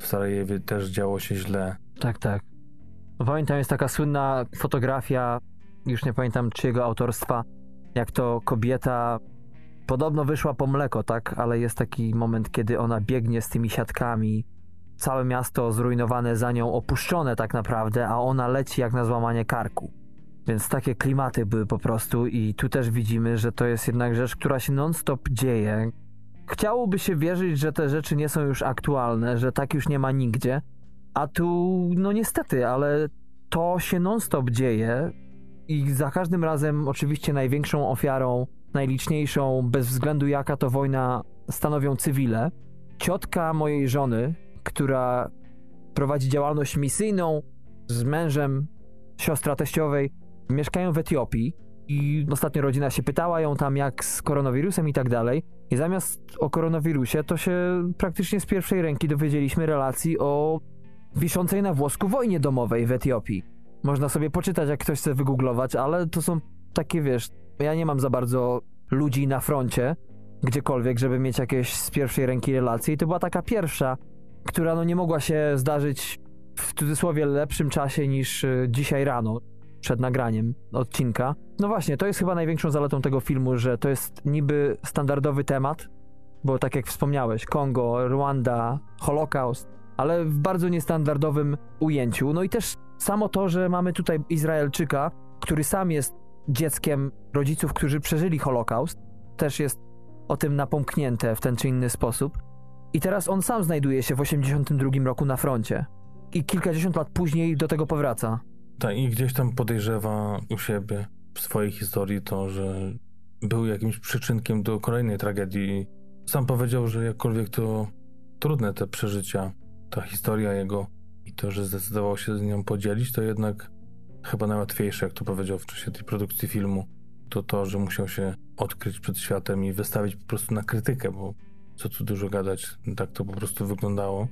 B: w Sarajewie też działo się źle.
A: Tak, tak. Pamiętam, jest taka słynna fotografia, już nie pamiętam czyjego autorstwa, jak to kobieta podobno wyszła po mleko, tak? Ale jest taki moment, kiedy ona biegnie z tymi siatkami, całe miasto zrujnowane za nią, opuszczone tak naprawdę, a ona leci jak na złamanie karku. Więc takie klimaty były po prostu i tu też widzimy, że to jest jednak rzecz, która się non-stop dzieje. Chciałoby się wierzyć, że te rzeczy nie są już aktualne, że tak już nie ma nigdzie, a tu no niestety, ale to się non-stop dzieje i za każdym razem oczywiście największą ofiarą, najliczniejszą, bez względu jaka to wojna, stanowią cywile. Ciotka mojej żony, która prowadzi działalność misyjną z mężem, siostra teściowej, mieszkają w Etiopii i ostatnio rodzina się pytała ją tam jak z koronawirusem i tak dalej. I zamiast o koronawirusie to się praktycznie z pierwszej ręki dowiedzieliśmy relacji o wiszącej na włosku wojnie domowej w Etiopii. Można sobie poczytać, jak ktoś chce wygooglować, ale to są takie, wiesz, ja nie mam za bardzo ludzi na froncie, gdziekolwiek, żeby mieć jakieś z pierwszej ręki relacje i to była taka pierwsza, która no nie mogła się zdarzyć w cudzysłowie lepszym czasie niż dzisiaj rano, przed nagraniem odcinka. No właśnie, to jest chyba największą zaletą tego filmu, że to jest niby standardowy temat, bo tak jak wspomniałeś, Kongo, Rwanda, Holokaust, ale w bardzo niestandardowym ujęciu. No i też samo to, że mamy tutaj Izraelczyka, który sam jest dzieckiem rodziców, którzy przeżyli Holokaust, też jest o tym napomknięte w ten czy inny sposób. I teraz on sam znajduje się w osiemdziesiątym drugim roku na froncie. I kilkadziesiąt lat później do tego powraca.
B: Tak, i gdzieś tam podejrzewa u siebie w swojej historii to, że był jakimś przyczynkiem do kolejnej tragedii. Sam powiedział, że jakkolwiek to trudne te przeżycia, ta historia jego i to, że zdecydował się z nią podzielić, to jednak chyba najłatwiejsze, jak to powiedział w czasie tej produkcji filmu, to to, że musiał się odkryć przed światem i wystawić po prostu na krytykę, bo co tu dużo gadać, tak to po prostu wyglądało.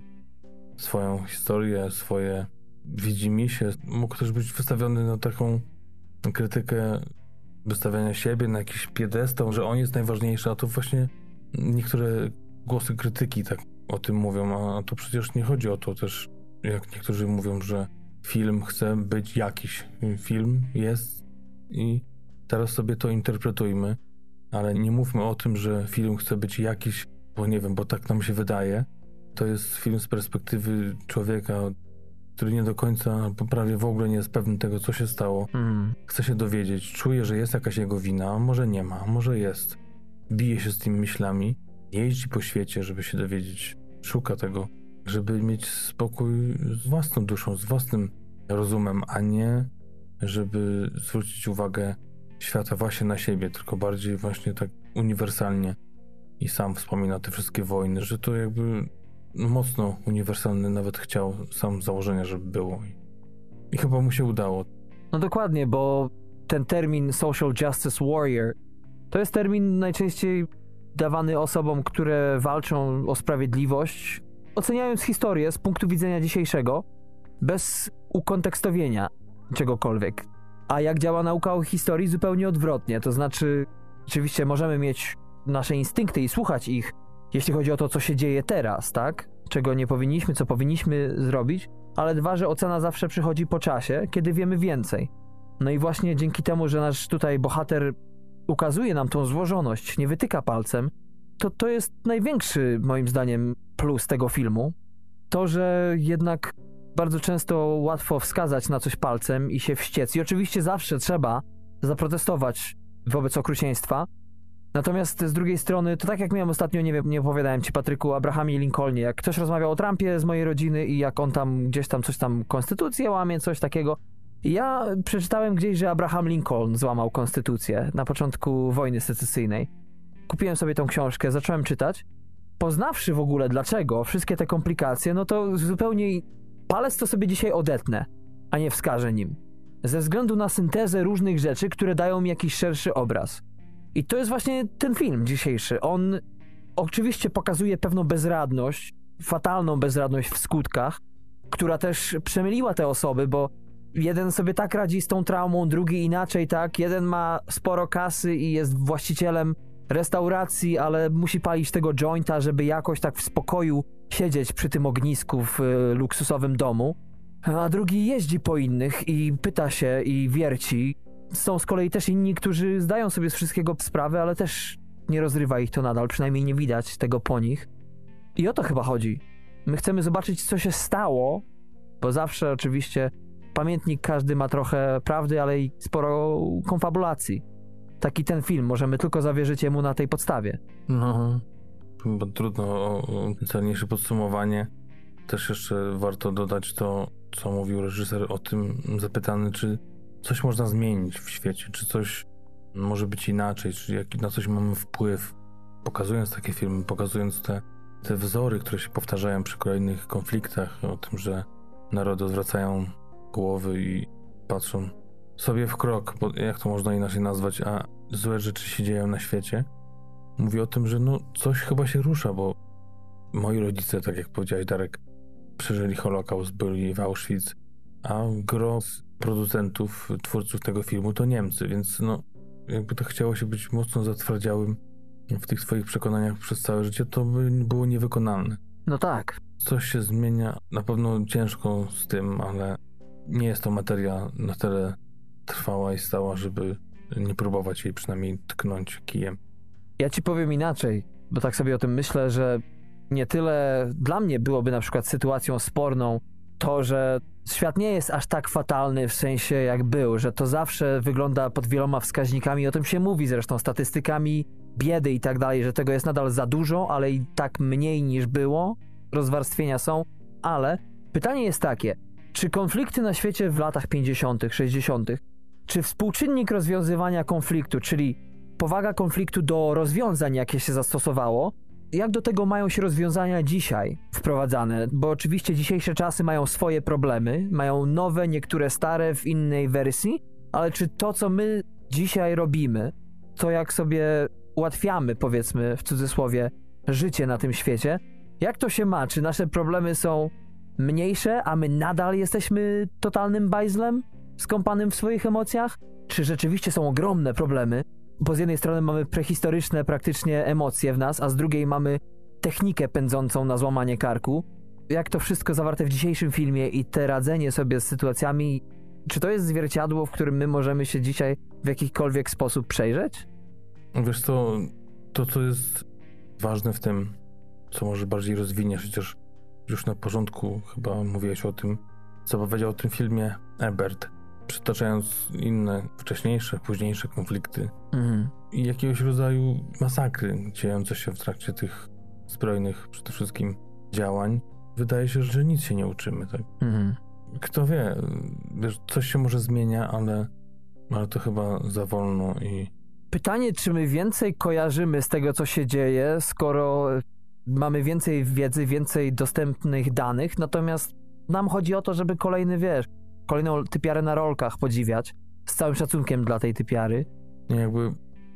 B: Swoją historię, swoje widzimisię mógł też być wystawiony na taką krytykę wystawiania siebie na jakiś piedestał, że on jest najważniejszy, a to właśnie niektóre głosy krytyki tak o tym mówią, a to przecież nie chodzi o to też, jak niektórzy mówią, że film chce być jakiś. Film jest i teraz sobie to interpretujmy, ale nie mówmy o tym, że film chce być jakiś, bo nie wiem, bo tak nam się wydaje. To jest film z perspektywy człowieka, który nie do końca, albo prawie w ogóle nie jest pewny tego, co się stało. Mm. Chce się dowiedzieć, czuje, że jest jakaś jego wina, a może nie ma, a może jest. Bije się z tymi myślami, jeździ po świecie, żeby się dowiedzieć, szuka tego, żeby mieć spokój z własną duszą, z własnym rozumem, a nie żeby zwrócić uwagę świata właśnie na siebie, tylko bardziej właśnie tak uniwersalnie. I sam wspomina te wszystkie wojny, że to jakby mocno uniwersalny nawet chciał sam założenia, żeby było. I chyba mu się udało.
A: No dokładnie, bo ten termin Social Justice Warrior to jest termin najczęściej dawany osobom, które walczą o sprawiedliwość, oceniając historię z punktu widzenia dzisiejszego, bez ukontekstowienia czegokolwiek. A jak działa nauka o historii? Zupełnie odwrotnie. To znaczy, oczywiście możemy mieć nasze instynkty i słuchać ich, jeśli chodzi o to, co się dzieje teraz, tak? Czego nie powinniśmy, co powinniśmy zrobić, ale dwa, że ocena zawsze przychodzi po czasie, kiedy wiemy więcej. No i właśnie dzięki temu, że nasz tutaj bohater ukazuje nam tą złożoność, nie wytyka palcem, to to jest największy, moim zdaniem, plus tego filmu. To, że jednak bardzo często łatwo wskazać na coś palcem i się wściec. I oczywiście zawsze trzeba zaprotestować wobec okrucieństwa. Natomiast z drugiej strony, to tak jak miałem ostatnio, nie wiem, nie opowiadałem ci, Patryku, o Abrahamie Lincolnie, jak ktoś rozmawiał o Trumpie z mojej rodziny i jak on tam gdzieś tam coś tam konstytucję łamie, coś takiego. I ja przeczytałem gdzieś, że Abraham Lincoln złamał konstytucję na początku wojny secesyjnej. Kupiłem sobie tą książkę, zacząłem czytać. Poznawszy w ogóle dlaczego, wszystkie te komplikacje, no to zupełnie palec to sobie dzisiaj odetnę, a nie wskażę nim. Ze względu na syntezę różnych rzeczy, które dają mi jakiś szerszy obraz. I to jest właśnie ten film dzisiejszy. On oczywiście pokazuje pewną bezradność, fatalną bezradność w skutkach, która też przemyliła te osoby, bo jeden sobie tak radzi z tą traumą, drugi inaczej, tak? Jeden ma sporo kasy i jest właścicielem restauracji, ale musi palić tego jointa, żeby jakoś tak w spokoju siedzieć przy tym ognisku w y, luksusowym domu. A drugi jeździ po innych i pyta się i wierci. Są z kolei też inni, którzy zdają sobie z wszystkiego sprawę, ale też nie rozrywa ich to nadal, przynajmniej nie widać tego po nich. I o to chyba chodzi. My chcemy zobaczyć, co się stało, bo zawsze oczywiście pamiętnik każdy ma trochę prawdy, ale i sporo konfabulacji. Taki ten film, możemy tylko zawierzyć jemu na tej podstawie.
B: No, bo trudno o, o celniejsze podsumowanie. Też jeszcze warto dodać to, co mówił reżyser o tym, zapytany, czy coś można zmienić w świecie, czy coś może być inaczej, czy jak, na coś mamy wpływ. Pokazując takie filmy, pokazując te, te wzory, które się powtarzają przy kolejnych konfliktach, o tym, że narody odwracają głowy i patrzą sobie w krok, bo jak to można inaczej nazwać, a złe rzeczy się dzieją na świecie. Mówi o tym, że no coś chyba się rusza, bo moi rodzice, tak jak powiedziałeś, Darek, przeżyli Holokaust, byli w Auschwitz, a gros producentów, twórców tego filmu to Niemcy, więc no jakby to chciało się być mocno zatwardziałym w tych swoich przekonaniach przez całe życie, to by było niewykonalne.
A: No tak.
B: Coś się zmienia, na pewno ciężko z tym, ale nie jest to materia na tyle trwała i stała, żeby nie próbować jej przynajmniej tknąć kijem.
A: Ja ci powiem inaczej, bo tak sobie o tym myślę, że nie tyle dla mnie byłoby na przykład sytuacją sporną to, że świat nie jest aż tak fatalny w sensie jak był, że to zawsze wygląda pod wieloma wskaźnikami, o tym się mówi zresztą, statystykami biedy i tak dalej, że tego jest nadal za dużo, ale i tak mniej niż było, rozwarstwienia są, ale pytanie jest takie, czy konflikty na świecie w latach pięćdziesiątych, sześćdziesiątych, czy współczynnik rozwiązywania konfliktu, czyli powaga konfliktu do rozwiązań, jakie się zastosowało, jak do tego mają się rozwiązania dzisiaj wprowadzane? Bo oczywiście dzisiejsze czasy mają swoje problemy, mają nowe, niektóre stare w innej wersji, ale czy to, co my dzisiaj robimy, to jak sobie ułatwiamy, powiedzmy w cudzysłowie, życie na tym świecie, jak to się ma? Czy nasze problemy są mniejsze, a my nadal jesteśmy totalnym bajzlem, skąpanym w swoich emocjach? Czy rzeczywiście są ogromne problemy? Bo z jednej strony mamy prehistoryczne praktycznie emocje w nas, a z drugiej mamy technikę pędzącą na złamanie karku. Jak to wszystko zawarte w dzisiejszym filmie i te radzenie sobie z sytuacjami, czy to jest zwierciadło, w którym my możemy się dzisiaj w jakikolwiek sposób przejrzeć?
B: Wiesz co, to co jest ważne w tym, co może bardziej rozwiniesz, chociaż już na początku chyba mówiłeś o tym, co powiedział o tym filmie Ebert, przytaczając inne, wcześniejsze, późniejsze konflikty mhm. i jakiegoś rodzaju masakry dziejące się w trakcie tych zbrojnych przede wszystkim działań. Wydaje się, że nic się nie uczymy. Tak? Mhm. Kto wie, wiesz, coś się może zmienia, ale, ale to chyba za wolno i...
A: Pytanie, czy my więcej kojarzymy z tego, co się dzieje, skoro mamy więcej wiedzy, więcej dostępnych danych, natomiast nam chodzi o to, żeby kolejny, wiesz, kolejną typiarę na rolkach podziwiać, z całym szacunkiem dla tej typiary.
B: Jakby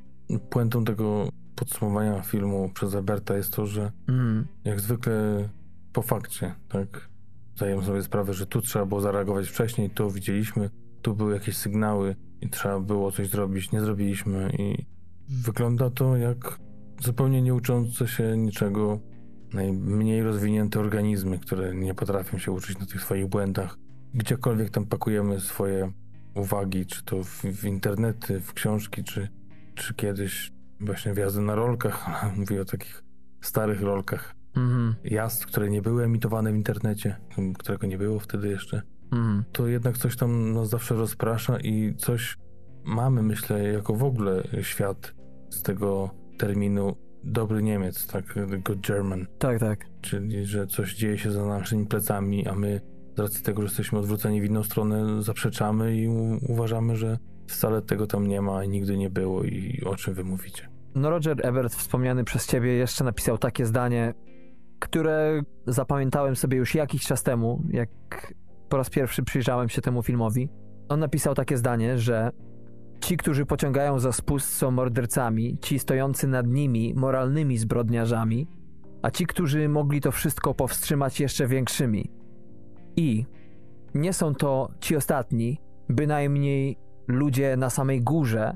B: puentą tego podsumowania filmu przez Eberta jest to, że mm. jak zwykle po fakcie, tak, zdajemy sobie sprawę, że tu trzeba było zareagować wcześniej, to widzieliśmy, tu były jakieś sygnały i trzeba było coś zrobić, nie zrobiliśmy i wygląda to jak zupełnie nie uczące się niczego najmniej rozwinięte organizmy, które nie potrafią się uczyć na tych swoich błędach. Gdziekolwiek tam pakujemy swoje uwagi, czy to w, w internety, w książki, czy, czy kiedyś właśnie wjazdy na rolkach, mówię o takich starych rolkach, mm-hmm. jazd, które nie były emitowane w internecie, którego nie było wtedy jeszcze, mm-hmm. to jednak coś tam nas zawsze rozprasza i coś mamy, myślę, jako w ogóle świat z tego terminu dobry Niemiec, tak, good German.
A: Tak, tak.
B: Czyli, że coś dzieje się za naszymi plecami, a my z racji tego, że jesteśmy odwróceni w inną stronę, zaprzeczamy i u- uważamy, że wcale tego tam nie ma i nigdy nie było i o czym wy mówicie.
A: No Roger Ebert, wspomniany przez ciebie, jeszcze napisał takie zdanie, które zapamiętałem sobie już jakiś czas temu, jak po raz pierwszy przyjrzałem się temu filmowi. On napisał takie zdanie, że ci, którzy pociągają za spust, są mordercami, ci stojący nad nimi moralnymi zbrodniarzami, a ci, którzy mogli to wszystko powstrzymać, jeszcze większymi. I nie są to ci ostatni, bynajmniej ludzie na samej górze,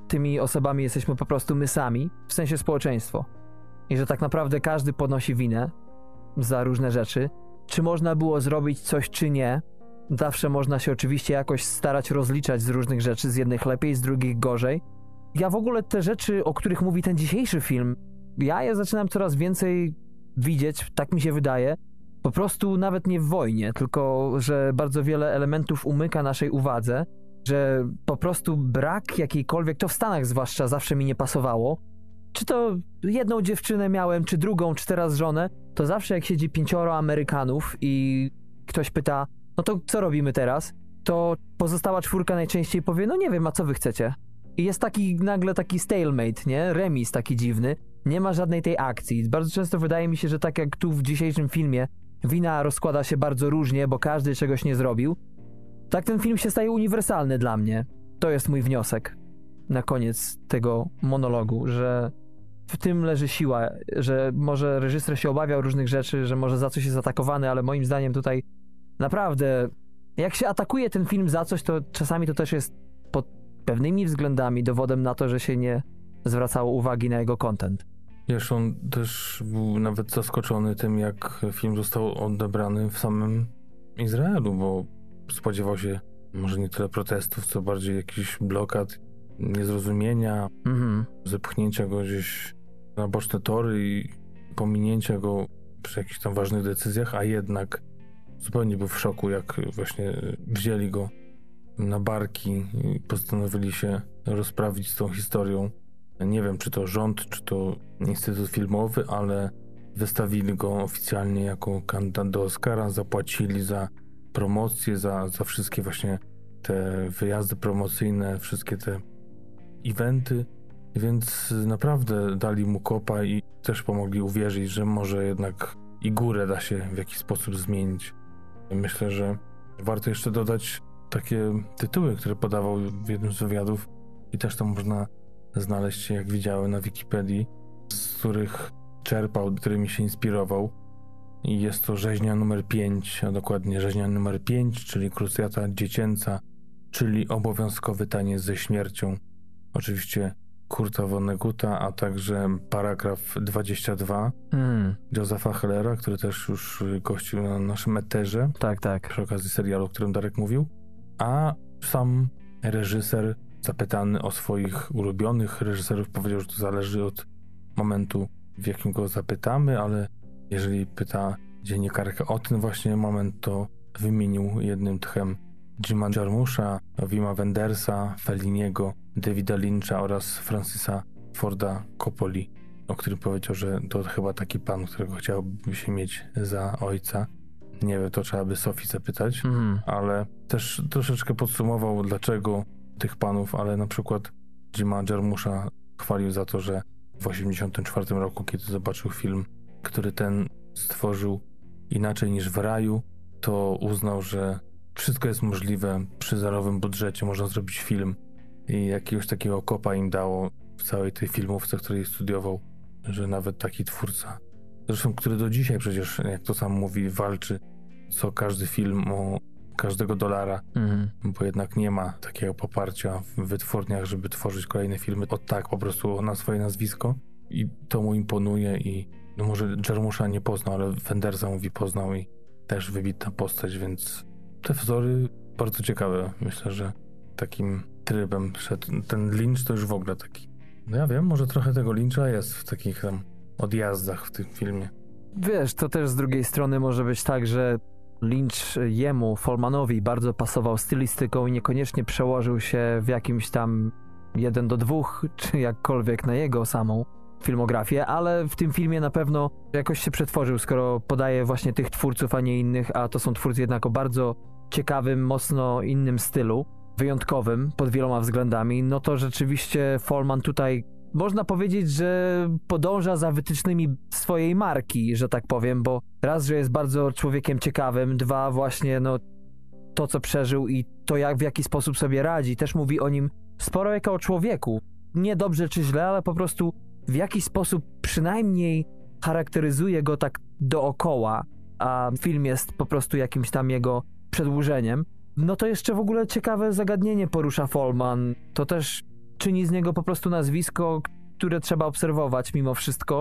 A: tymi osobami jesteśmy po prostu my sami, w sensie społeczeństwo. I że tak naprawdę każdy ponosi winę za różne rzeczy. Czy można było zrobić coś, czy nie? Zawsze można się oczywiście jakoś starać rozliczać z różnych rzeczy, z jednych lepiej, z drugich gorzej. Ja w ogóle te rzeczy, o których mówi ten dzisiejszy film, ja je zaczynam coraz więcej widzieć, tak mi się wydaje, po prostu nawet nie w wojnie, tylko że bardzo wiele elementów umyka naszej uwadze, że po prostu brak jakiejkolwiek, to w Stanach zwłaszcza zawsze mi nie pasowało, czy to jedną dziewczynę miałem, czy drugą, czy teraz żonę, to zawsze jak siedzi pięcioro Amerykanów i ktoś pyta, no to co robimy teraz, to pozostała czwórka najczęściej powie, no nie wiem, a co wy chcecie? I jest taki nagle taki stalemate, nie? Remis taki dziwny. Nie ma żadnej tej akcji. Bardzo często wydaje mi się, że tak jak tu w dzisiejszym filmie wina rozkłada się bardzo różnie, bo każdy czegoś nie zrobił, tak ten film się staje uniwersalny dla mnie. To jest mój wniosek na koniec tego monologu, że w tym leży siła, że może reżyser się obawiał różnych rzeczy, że może za coś jest atakowany, ale moim zdaniem tutaj naprawdę, jak się atakuje ten film za coś, to czasami to też jest pod pewnymi względami dowodem na to, że się nie zwracało uwagi na jego content.
B: Wiesz, on też był nawet zaskoczony tym, jak film został odebrany w samym Izraelu, bo spodziewał się może nie tyle protestów, co bardziej jakichś blokad, niezrozumienia,
A: Mhm.
B: zepchnięcia go gdzieś na boczne tory i pominięcia go przy jakichś tam ważnych decyzjach, a jednak zupełnie był w szoku, jak właśnie wzięli go na barki i postanowili się rozprawić z tą historią. Nie wiem, czy to rząd, czy to Instytut Filmowy, ale wystawili go oficjalnie jako kandydat do Oscara, zapłacili za promocję, za, za wszystkie właśnie te wyjazdy promocyjne, wszystkie te eventy, więc naprawdę dali mu kopa i też pomogli uwierzyć, że może jednak i górę da się w jakiś sposób zmienić. Myślę, że warto jeszcze dodać takie tytuły, które podawał w jednym z wywiadów i też to można znaleźć, jak widziałem na Wikipedii, z których czerpał, którymi się inspirował. I jest to rzeźnia numer pięć, a dokładnie rzeźnia numer pięć, czyli krucjata dziecięca, czyli obowiązkowy taniec ze śmiercią. Oczywiście Kurta Vonnegutta, a także paragraf dwadzieścia dwa
A: Mm.
B: Josepha Hellera, który też już gościł na naszym eterze.
A: Tak, tak.
B: Przy okazji serialu, o którym Darek mówił. A sam reżyser, zapytany o swoich ulubionych reżyserów, powiedział, że to zależy od momentu, w jakim go zapytamy, ale jeżeli pyta dziennikarka o ten właśnie moment, to wymienił jednym tchem Jima Jarmusza, Wima Wendersa, Felliniego, Davida Lyncha oraz Francisa Forda Coppoli, o którym powiedział, że to chyba taki pan, którego chciałby się mieć za ojca. Nie wiem, to trzeba by Sofii zapytać,
A: Mhm.
B: ale też troszeczkę podsumował, dlaczego tych panów, ale na przykład Jima Jarmusza chwalił za to, że w osiemdziesiątym czwartym roku, kiedy zobaczył film, który ten stworzył inaczej niż w Raju, to uznał, że wszystko jest możliwe przy zerowym budżecie, można zrobić film i jakiegoś takiego kopa im dało w całej tej filmówce, w której studiował, że nawet taki twórca, zresztą który do dzisiaj przecież, jak to sam mówi, walczy co każdy film o każdego dolara,
A: Mhm.
B: bo jednak nie ma takiego poparcia w wytwórniach, żeby tworzyć kolejne filmy od tak po prostu na swoje nazwisko i to mu imponuje i no może Jarmusza nie poznał, ale Wendersa mówi poznał i też wybitna postać, więc te wzory bardzo ciekawe. Myślę, że takim trybem szedł ten Lynch, to już w ogóle taki, no ja wiem, może trochę tego Lyncha jest w takich tam odjazdach w tym filmie.
A: Wiesz, to też z drugiej strony może być tak, że Lynch jemu, Folmanowi, bardzo pasował stylistyką i niekoniecznie przełożył się w jakimś tam jeden do dwóch, czy jakkolwiek na jego samą filmografię, ale w tym filmie na pewno jakoś się przetworzył, skoro podaje właśnie tych twórców, a nie innych, a to są twórcy jednak o bardzo ciekawym, mocno innym stylu, wyjątkowym pod wieloma względami, no to rzeczywiście Folman tutaj można powiedzieć, że podąża za wytycznymi swojej marki, że tak powiem, bo raz, że jest bardzo człowiekiem ciekawym, dwa, właśnie no to, co przeżył i to, jak w jaki sposób sobie radzi, też mówi o nim sporo jako o człowieku. Nie dobrze czy źle, ale po prostu w jakiś sposób przynajmniej charakteryzuje go tak dookoła, a film jest po prostu jakimś tam jego przedłużeniem. No to jeszcze w ogóle ciekawe zagadnienie porusza Folman. To też czyni z niego po prostu nazwisko, które trzeba obserwować mimo wszystko,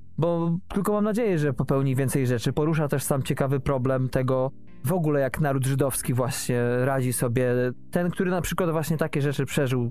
A: bo tylko mam nadzieję, że popełni więcej rzeczy. Porusza też sam ciekawy problem tego w ogóle, jak naród żydowski właśnie radzi sobie. Ten, który na przykład właśnie takie rzeczy przeżył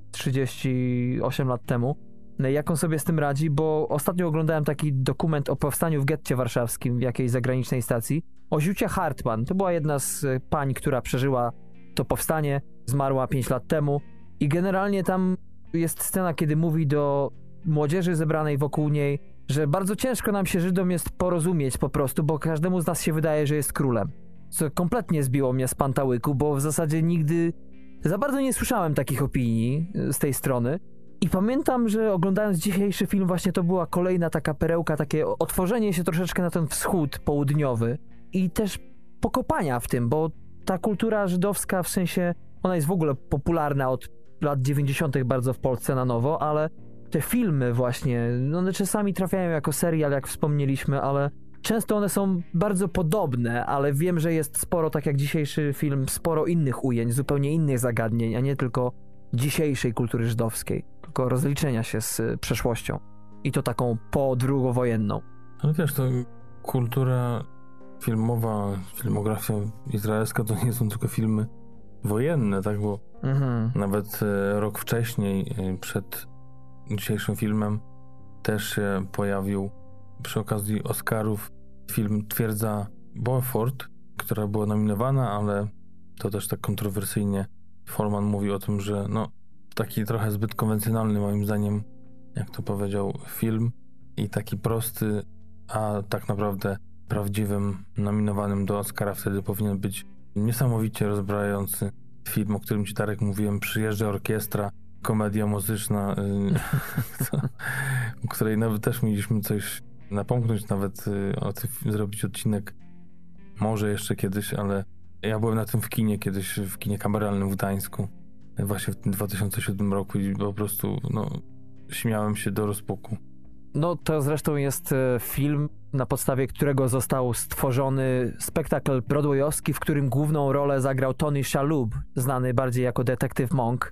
A: trzydzieści osiem lat temu. Jak on sobie z tym radzi, bo ostatnio oglądałem taki dokument o powstaniu w getcie warszawskim w jakiejś zagranicznej stacji. Oziucia Hartman, to była jedna z pań, która przeżyła to powstanie, zmarła pięć lat temu i generalnie tam jest scena, kiedy mówi do młodzieży zebranej wokół niej, że bardzo ciężko nam się Żydom jest porozumieć po prostu, bo każdemu z nas się wydaje, że jest królem. Co kompletnie zbiło mnie z pantałyku, bo w zasadzie nigdy za bardzo nie słyszałem takich opinii z tej strony. I pamiętam, że oglądając dzisiejszy film właśnie to była kolejna taka perełka, takie otworzenie się troszeczkę na ten wschód południowy i też pokopania w tym, bo ta kultura żydowska w sensie, ona jest w ogóle popularna od lat dziewięćdziesiątych bardzo w Polsce na nowo, ale te filmy właśnie, one czasami trafiają jako serial, jak wspomnieliśmy, ale często one są bardzo podobne, ale wiem, że jest sporo, tak jak dzisiejszy film, sporo innych ujęć, zupełnie innych zagadnień, a nie tylko dzisiejszej kultury żydowskiej, tylko rozliczenia się z przeszłością i to taką podrugowojenną.
B: Ale wiesz, to kultura filmowa, filmografia izraelska to nie są tylko filmy wojenne, tak, bo mhm. nawet rok wcześniej, przed dzisiejszym filmem, też się pojawił przy okazji Oscarów film Twierdza Beaufort, która była nominowana, ale to też tak kontrowersyjnie Forman mówi o tym, że no taki trochę zbyt konwencjonalny moim zdaniem, jak to powiedział, film i taki prosty, a tak naprawdę prawdziwym nominowanym do Oscara wtedy powinien być niesamowicie rozbrajający film, o którym ci, Darek, mówiłem, Przyjeżdża orkiestra, komedia muzyczna, o której nawet też mieliśmy coś napomknąć, nawet o tym zrobić odcinek może jeszcze kiedyś, ale ja byłem na tym w kinie kiedyś, w kinie kameralnym w Gdańsku, właśnie w tym dwa tysiące siódmym roku i po prostu no, śmiałem się do rozpuku.
A: No to zresztą jest film, na podstawie którego został stworzony spektakl broadwayowski, w którym główną rolę zagrał Tony Shalhoub, znany bardziej jako Detective Monk.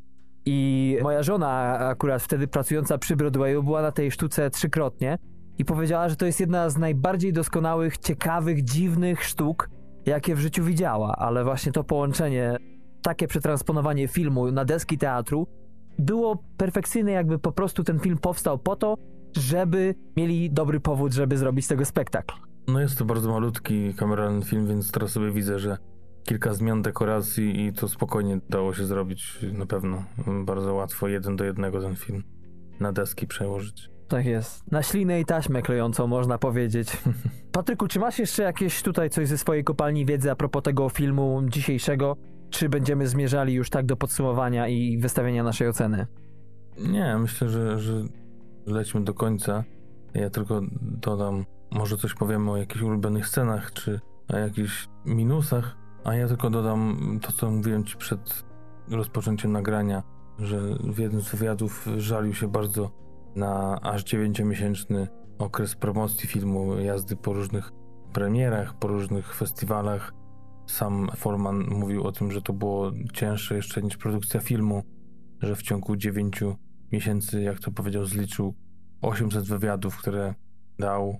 A: I moja żona, akurat wtedy pracująca przy Broadwayu, była na tej sztuce trzykrotnie i powiedziała, że to jest jedna z najbardziej doskonałych, ciekawych, dziwnych sztuk, jakie w życiu widziała, ale właśnie to połączenie, takie przetransponowanie filmu na deski teatru było perfekcyjne, jakby po prostu ten film powstał po to, żeby mieli dobry powód, żeby zrobić z tego spektakl.
B: No jest to bardzo malutki kameralny film, więc teraz sobie widzę, że kilka zmian dekoracji i to spokojnie dało się zrobić na pewno. Bardzo łatwo, jeden do jednego ten film na deski przełożyć.
A: Tak jest. Na ślinę i taśmę klejącą, można powiedzieć. Patryku, czy masz jeszcze jakieś tutaj coś ze swojej kopalni wiedzy a propos tego filmu dzisiejszego? Czy będziemy zmierzali już tak do podsumowania i wystawienia naszej oceny?
B: Nie, myślę, że, że lećmy do końca. Ja tylko dodam, może coś powiemy o jakichś ulubionych scenach, czy o jakichś minusach, a ja tylko dodam to, co mówiłem ci przed rozpoczęciem nagrania, że w jednym z wywiadów żalił się bardzo na aż dziewięciomiesięczny okres promocji filmu, jazdy po różnych premierach, po różnych festiwalach. Sam Forman mówił o tym, że to było cięższe jeszcze niż produkcja filmu, że w ciągu dziewięciu miesięcy, jak to powiedział, zliczył osiemset wywiadów, które dał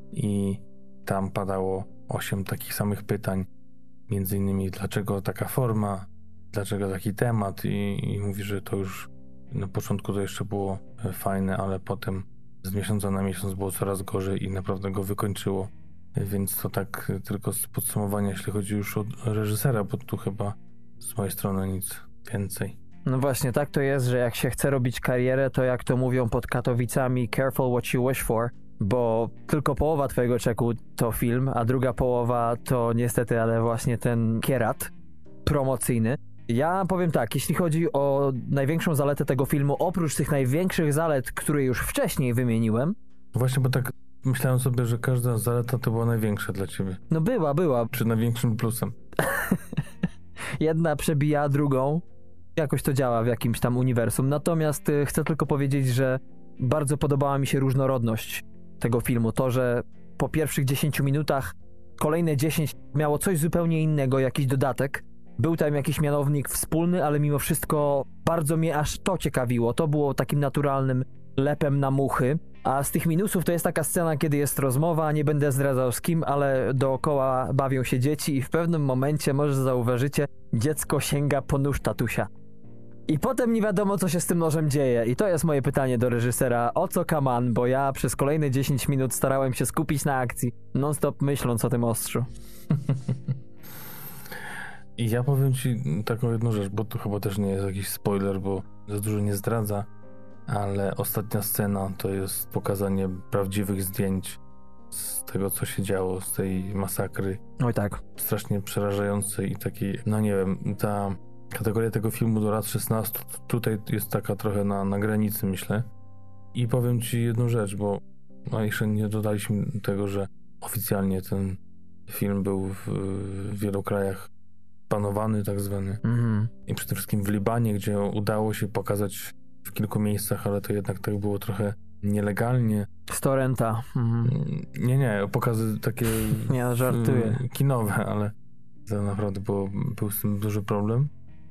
B: i tam padało osiem takich samych pytań, między innymi dlaczego taka forma, dlaczego taki temat i, i mówi, że to już na początku to jeszcze było fajne, ale potem z miesiąca na miesiąc było coraz gorzej i naprawdę go wykończyło. Więc to tak tylko z podsumowania, jeśli chodzi już o reżysera, bo tu chyba z mojej strony nic więcej.
A: No właśnie, tak to jest, że jak się chce robić karierę, to jak to mówią pod Katowicami, careful what you wish for, bo tylko połowa twojego czeku to film, a druga połowa to niestety, ale właśnie ten kierat promocyjny. Ja powiem tak, jeśli chodzi o największą zaletę tego filmu, oprócz tych największych zalet, które już wcześniej wymieniłem.
B: Właśnie, bo tak myślałem sobie, że każda zaleta to była największa dla ciebie.
A: No była, była.
B: Czy największym plusem.
A: Jedna przebija drugą. Jakoś to działa w jakimś tam uniwersum. Natomiast y, chcę tylko powiedzieć, że bardzo podobała mi się różnorodność tego filmu. To, że po pierwszych dziesięciu minutach kolejne dziesięć miało coś zupełnie innego, jakiś dodatek. Był tam jakiś mianownik wspólny, ale mimo wszystko bardzo mnie aż to ciekawiło. To było takim naturalnym lepem na muchy. A z tych minusów to jest taka scena, kiedy jest rozmowa, nie będę zdradzał z kim, ale dookoła bawią się dzieci i w pewnym momencie, może zauważycie, dziecko sięga po nóż tatusia. I potem nie wiadomo, co się z tym nożem dzieje. I to jest moje pytanie do reżysera. O co kaman? Bo ja przez kolejne dziesięć minut starałem się skupić na akcji, non-stop myśląc o tym ostrzu.
B: I ja powiem ci taką jedną rzecz, bo to chyba też nie jest jakiś spoiler, bo za dużo nie zdradza, ale ostatnia scena to jest pokazanie prawdziwych zdjęć z tego, co się działo, z tej masakry.
A: Oj tak.
B: Strasznie przerażającej i takiej, no nie wiem, ta kategoria tego filmu do lat szesnastu tutaj jest taka trochę na, na granicy, myślę. I powiem ci jedną rzecz, bo no jeszcze nie dodaliśmy tego, że oficjalnie ten film był w, w wielu krajach banowany tak zwany. Mm-hmm. I przede wszystkim w Libanie, gdzie udało się pokazać w kilku miejscach, ale to jednak tak było trochę nielegalnie.
A: Z torrenta. Mhm.
B: Nie, nie, pokazy takie
A: nie, żartuję.
B: Kinowe, ale to naprawdę było, był z tym duży problem.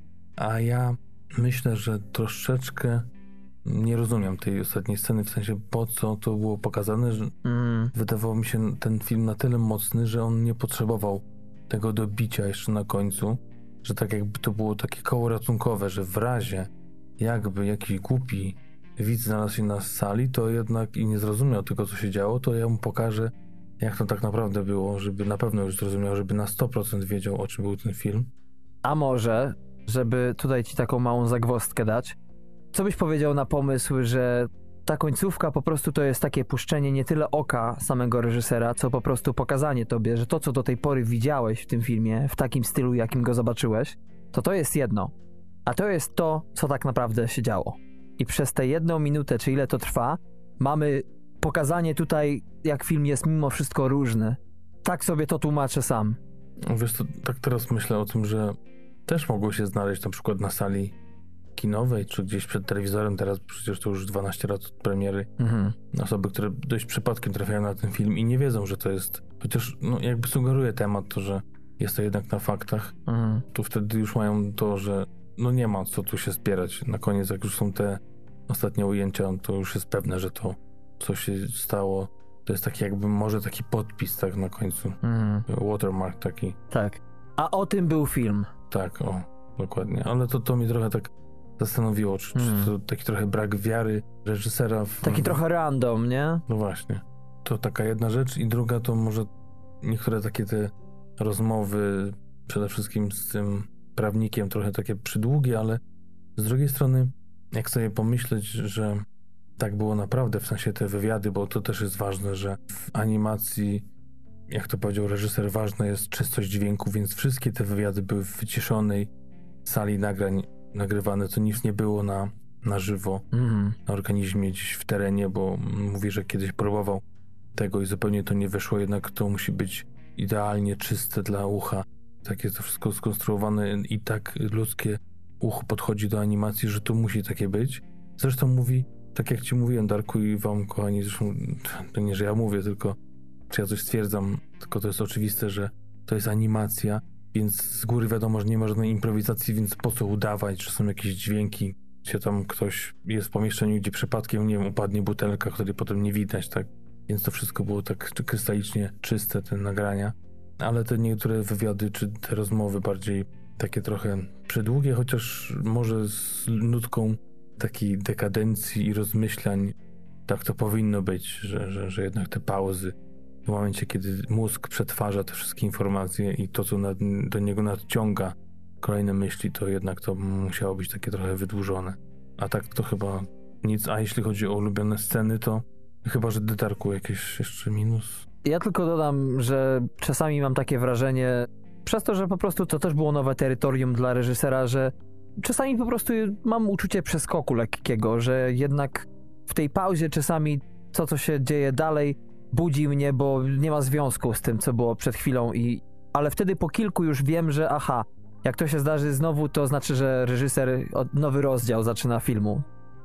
B: A ja myślę, że troszeczkę nie rozumiem tej ostatniej sceny, w sensie po co to było pokazane, że mm. wydawało mi się ten film na tyle mocny, że on nie potrzebował tego dobicia jeszcze na końcu, że tak jakby to było takie koło ratunkowe, że w razie jakby jakiś głupi widz znalazł się na sali, to jednak i nie zrozumiał tego, co się działo, to ja mu pokażę, jak to tak naprawdę było, żeby na pewno już zrozumiał, żeby na sto procent wiedział, o czym był ten film.
A: A może, żeby tutaj ci taką małą zagwozdkę dać, co byś powiedział na pomysł, że ta końcówka po prostu to jest takie puszczenie nie tyle oka samego reżysera, co po prostu pokazanie tobie, że to, co do tej pory widziałeś w tym filmie, w takim stylu, jakim go zobaczyłeś, to to jest jedno. A to jest to, co tak naprawdę się działo. I przez tę jedną minutę, czy ile to trwa, mamy pokazanie tutaj, jak film jest mimo wszystko różny. Tak sobie to tłumaczę sam.
B: Wiesz co, tak teraz myślę o tym, że też mogło się znaleźć na przykład na sali kinowej, czy gdzieś przed telewizorem, teraz przecież to już dwanaście lat od premiery. Mhm. Osoby, które dość przypadkiem trafiają na ten film i nie wiedzą, że to jest, chociaż no, jakby sugeruje temat to, że jest to jednak na faktach, mhm. to wtedy już mają to, że no nie ma co tu się spierać. Na koniec, jak już są te ostatnie ujęcia, to już jest pewne, że to, co się stało, to jest taki jakby może taki podpis, tak, na końcu. Mhm. Watermark taki.
A: Tak. A o tym był film.
B: Tak, o, dokładnie. Ale to, to mnie trochę tak zastanowiło, czy, hmm. czy to taki trochę brak wiary reżysera. W...
A: Taki trochę random, nie?
B: No właśnie. To taka jedna rzecz i druga to może niektóre takie te rozmowy, przede wszystkim z tym prawnikiem, trochę takie przydługie, ale z drugiej strony, jak sobie pomyśleć, że tak było naprawdę, w sensie te wywiady, bo to też jest ważne, że w animacji, jak to powiedział reżyser, ważna jest czystość dźwięku, więc wszystkie te wywiady były w wyciszonej sali nagrań nagrywane, co nic nie było na, na żywo, mm. na organizmie gdzieś w terenie, bo mówi, że kiedyś próbował tego i zupełnie to nie wyszło, jednak to musi być idealnie czyste dla ucha. Tak jest to wszystko skonstruowane i tak ludzkie ucho podchodzi do animacji, że to musi takie być. Zresztą mówi, tak jak ci mówiłem, Darku, i wam, kochani, zresztą to nie, że ja mówię, tylko czy ja coś stwierdzam, tylko to jest oczywiste, że to jest animacja, więc z góry wiadomo, że nie ma żadnej improwizacji, więc po co udawać, że są jakieś dźwięki, gdzie tam ktoś jest w pomieszczeniu, gdzie przypadkiem, nie wiem, upadnie butelka, której potem nie widać, tak? Więc to wszystko było tak krystalicznie czyste, te nagrania. Ale te niektóre wywiady, czy te rozmowy bardziej takie trochę przedługie, chociaż może z nutką takiej dekadencji i rozmyślań, tak to powinno być, że, że, że jednak te pauzy w momencie, kiedy mózg przetwarza te wszystkie informacje i to, co nad, do niego nadciąga kolejne myśli, to jednak to musiało być takie trochę wydłużone. A tak to chyba nic. A jeśli chodzi o ulubione sceny, to chyba, że Darku jakieś jeszcze minus.
A: Ja tylko dodam, że czasami mam takie wrażenie, przez to, że po prostu to też było nowe terytorium dla reżysera, że czasami po prostu mam uczucie przeskoku lekkiego, że jednak w tej pauzie czasami to, co się dzieje dalej, budzi mnie, bo nie ma związku z tym, co było przed chwilą, i ale wtedy po kilku już wiem, że aha, jak to się zdarzy znowu, to znaczy, że reżyser nowy rozdział zaczyna filmu.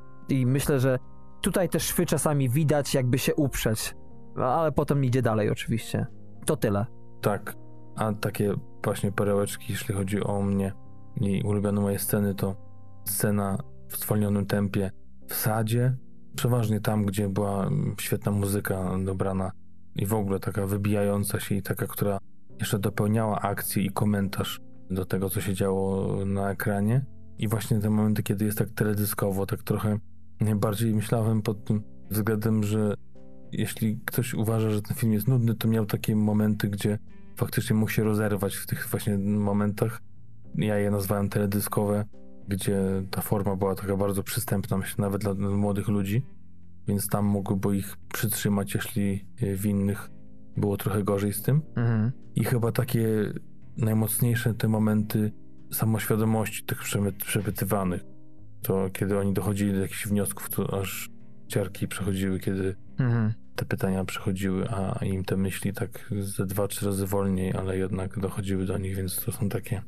A: I myślę, że tutaj te szwy czasami widać, jakby się uprzeć, ale potem idzie dalej oczywiście. To tyle.
B: Tak. A takie właśnie perełeczki, jeśli chodzi o mnie i ulubione moje sceny, to scena w zwolnionym tempie w sadzie, przeważnie tam, gdzie była świetna muzyka dobrana i w ogóle taka wybijająca się i taka, która jeszcze dopełniała akcję i komentarz do tego, co się działo na ekranie. I właśnie te momenty, kiedy jest tak teledyskowo, tak trochę najbardziej myślałem pod tym względem, że jeśli ktoś uważa, że ten film jest nudny, to miał takie momenty, gdzie faktycznie mógł się rozerwać w tych właśnie momentach. Ja je nazwałem teledyskowe, gdzie ta forma była taka bardzo przystępna, myślę, nawet dla młodych ludzi, więc tam mogłoby ich przytrzymać, jeśli w innych było trochę gorzej z tym. Mhm. I chyba takie najmocniejsze te momenty samoświadomości tych przepytywanych, to kiedy oni dochodzili do jakichś wniosków, to aż ciarki przechodziły, kiedy mhm. te pytania przechodziły, a im te myśli tak ze dwa, trzy razy wolniej, ale jednak dochodziły do nich, więc to są takie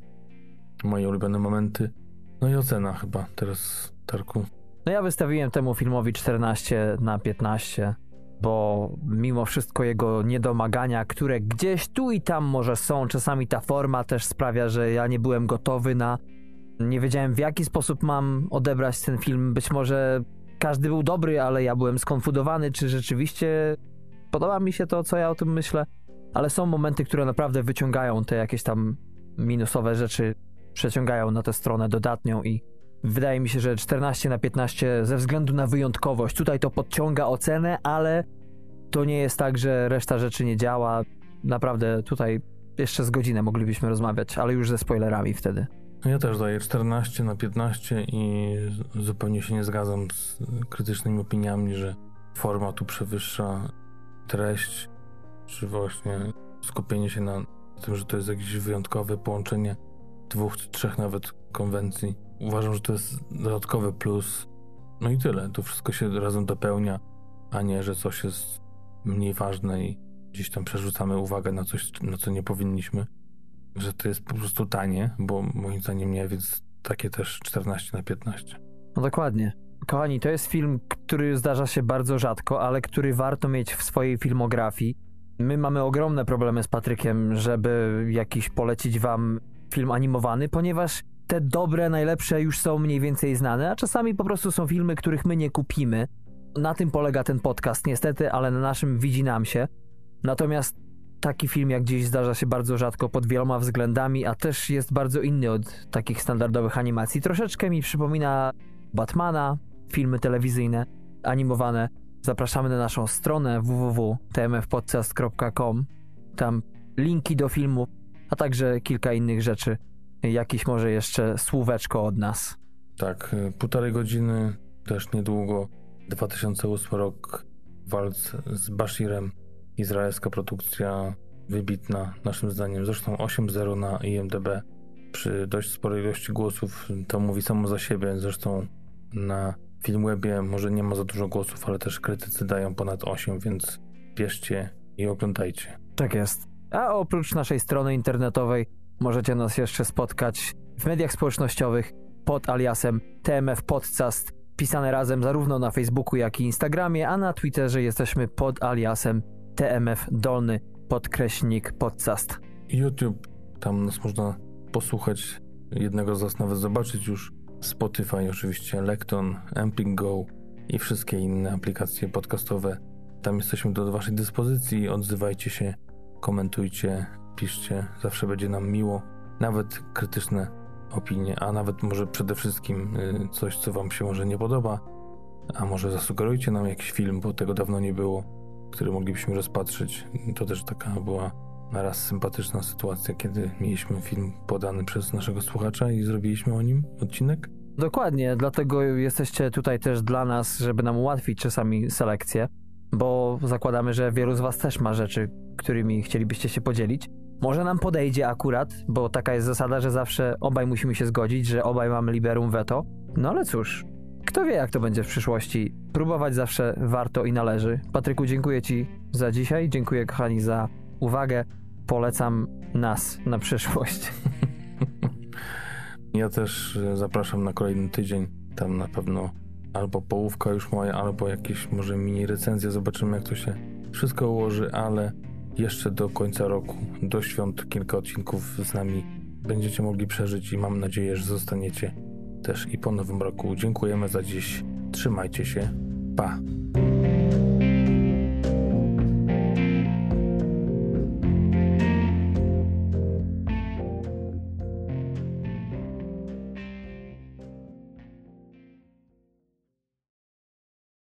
B: moje ulubione momenty. No i ocena chyba teraz, Tarku.
A: No ja wystawiłem temu filmowi czternaście na piętnaście, bo mimo wszystko jego niedomagania, które gdzieś tu i tam może są, czasami ta forma też sprawia, że ja nie byłem gotowy na... Nie wiedziałem, w jaki sposób mam odebrać ten film. Być może każdy był dobry, ale ja byłem skonfundowany, czy rzeczywiście podoba mi się to, co ja o tym myślę. Ale są momenty, które naprawdę wyciągają te jakieś tam minusowe rzeczy, przeciągają na tę stronę dodatnią i wydaje mi się, że czternaście na piętnaście ze względu na wyjątkowość. Tutaj to podciąga ocenę, ale to nie jest tak, że reszta rzeczy nie działa. Naprawdę tutaj jeszcze z godzinę moglibyśmy rozmawiać, ale już ze spoilerami wtedy.
B: Ja też daję czternaście na piętnaście i zupełnie się nie zgadzam z krytycznymi opiniami, że forma tu przewyższa treść, czy właśnie skupienie się na tym, że to jest jakieś wyjątkowe połączenie dwóch, trzech nawet konwencji. Uważam, że to jest dodatkowy plus. No i tyle. To wszystko się razem dopełnia, a nie, że coś jest mniej ważne i gdzieś tam przerzucamy uwagę na coś, na co nie powinniśmy. Że to jest po prostu tanie, bo moim zdaniem nie, więc takie też czternaście na piętnaście.
A: No dokładnie. Kochani, to jest film, który zdarza się bardzo rzadko, ale który warto mieć w swojej filmografii. My mamy ogromne problemy z Patrykiem, żeby jakiś polecić wam film animowany, ponieważ te dobre, najlepsze już są mniej więcej znane, a czasami po prostu są filmy, których my nie kupimy. Na tym polega ten podcast niestety, ale na naszym widzi nam się. Natomiast taki film jak dziś zdarza się bardzo rzadko pod wieloma względami, a też jest bardzo inny od takich standardowych animacji. Troszeczkę mi przypomina Batmana, filmy telewizyjne, animowane. Zapraszamy na naszą stronę w w w kropka t m f podcast kropka com. Tam linki do filmów, a także kilka innych rzeczy. Jakiś może jeszcze słóweczko od nas.
B: Tak, półtorej godziny, też niedługo. dwa tysiące ósmy rok, walc z Bashirem. Izraelska produkcja, wybitna naszym zdaniem. Zresztą osiem zero na I M D B. Przy dość sporej ilości głosów to mówi samo za siebie. Zresztą na Filmwebie może nie ma za dużo głosów, ale też krytycy dają ponad osiem, więc bierzcie i oglądajcie.
A: Tak jest. A oprócz naszej strony internetowej możecie nas jeszcze spotkać w mediach społecznościowych pod aliasem T M F Podcast, pisane razem zarówno na Facebooku, jak i Instagramie, a na Twitterze jesteśmy pod aliasem T M F dolny podkreśnik podcast.
B: YouTube, tam nas można posłuchać, jednego z nas nawet zobaczyć już. Spotify oczywiście, Lekton, Emping Go i wszystkie inne aplikacje podcastowe. Tam jesteśmy do waszej dyspozycji, odzywajcie się, komentujcie, piszcie, zawsze będzie nam miło. Nawet krytyczne opinie, a nawet może przede wszystkim coś, co wam się może nie podoba, a może zasugerujcie nam jakiś film, bo tego dawno nie było, który moglibyśmy rozpatrzyć. To też taka była naraz sympatyczna sytuacja, kiedy mieliśmy film podany przez naszego słuchacza i zrobiliśmy o nim odcinek.
A: Dokładnie, dlatego jesteście tutaj też dla nas, żeby nam ułatwić czasami selekcję, bo zakładamy, że wielu z was też ma rzeczy, którymi chcielibyście się podzielić. Może nam podejdzie akurat, bo taka jest zasada, że zawsze obaj musimy się zgodzić, że obaj mamy liberum veto. No ale cóż, kto wie, jak to będzie w przyszłości. Próbować zawsze warto i należy. Patryku, dziękuję ci za dzisiaj, dziękuję kochani za uwagę. Polecam nas na przyszłość.
B: Ja też zapraszam na kolejny tydzień. Tam na pewno albo połówka już moja, albo jakieś może mini recenzje. Zobaczymy, jak to się wszystko ułoży, ale jeszcze do końca roku, do świąt kilka odcinków z nami będziecie mogli przeżyć i mam nadzieję, że zostaniecie też i po nowym roku. Dziękujemy za dziś. Trzymajcie się. Pa!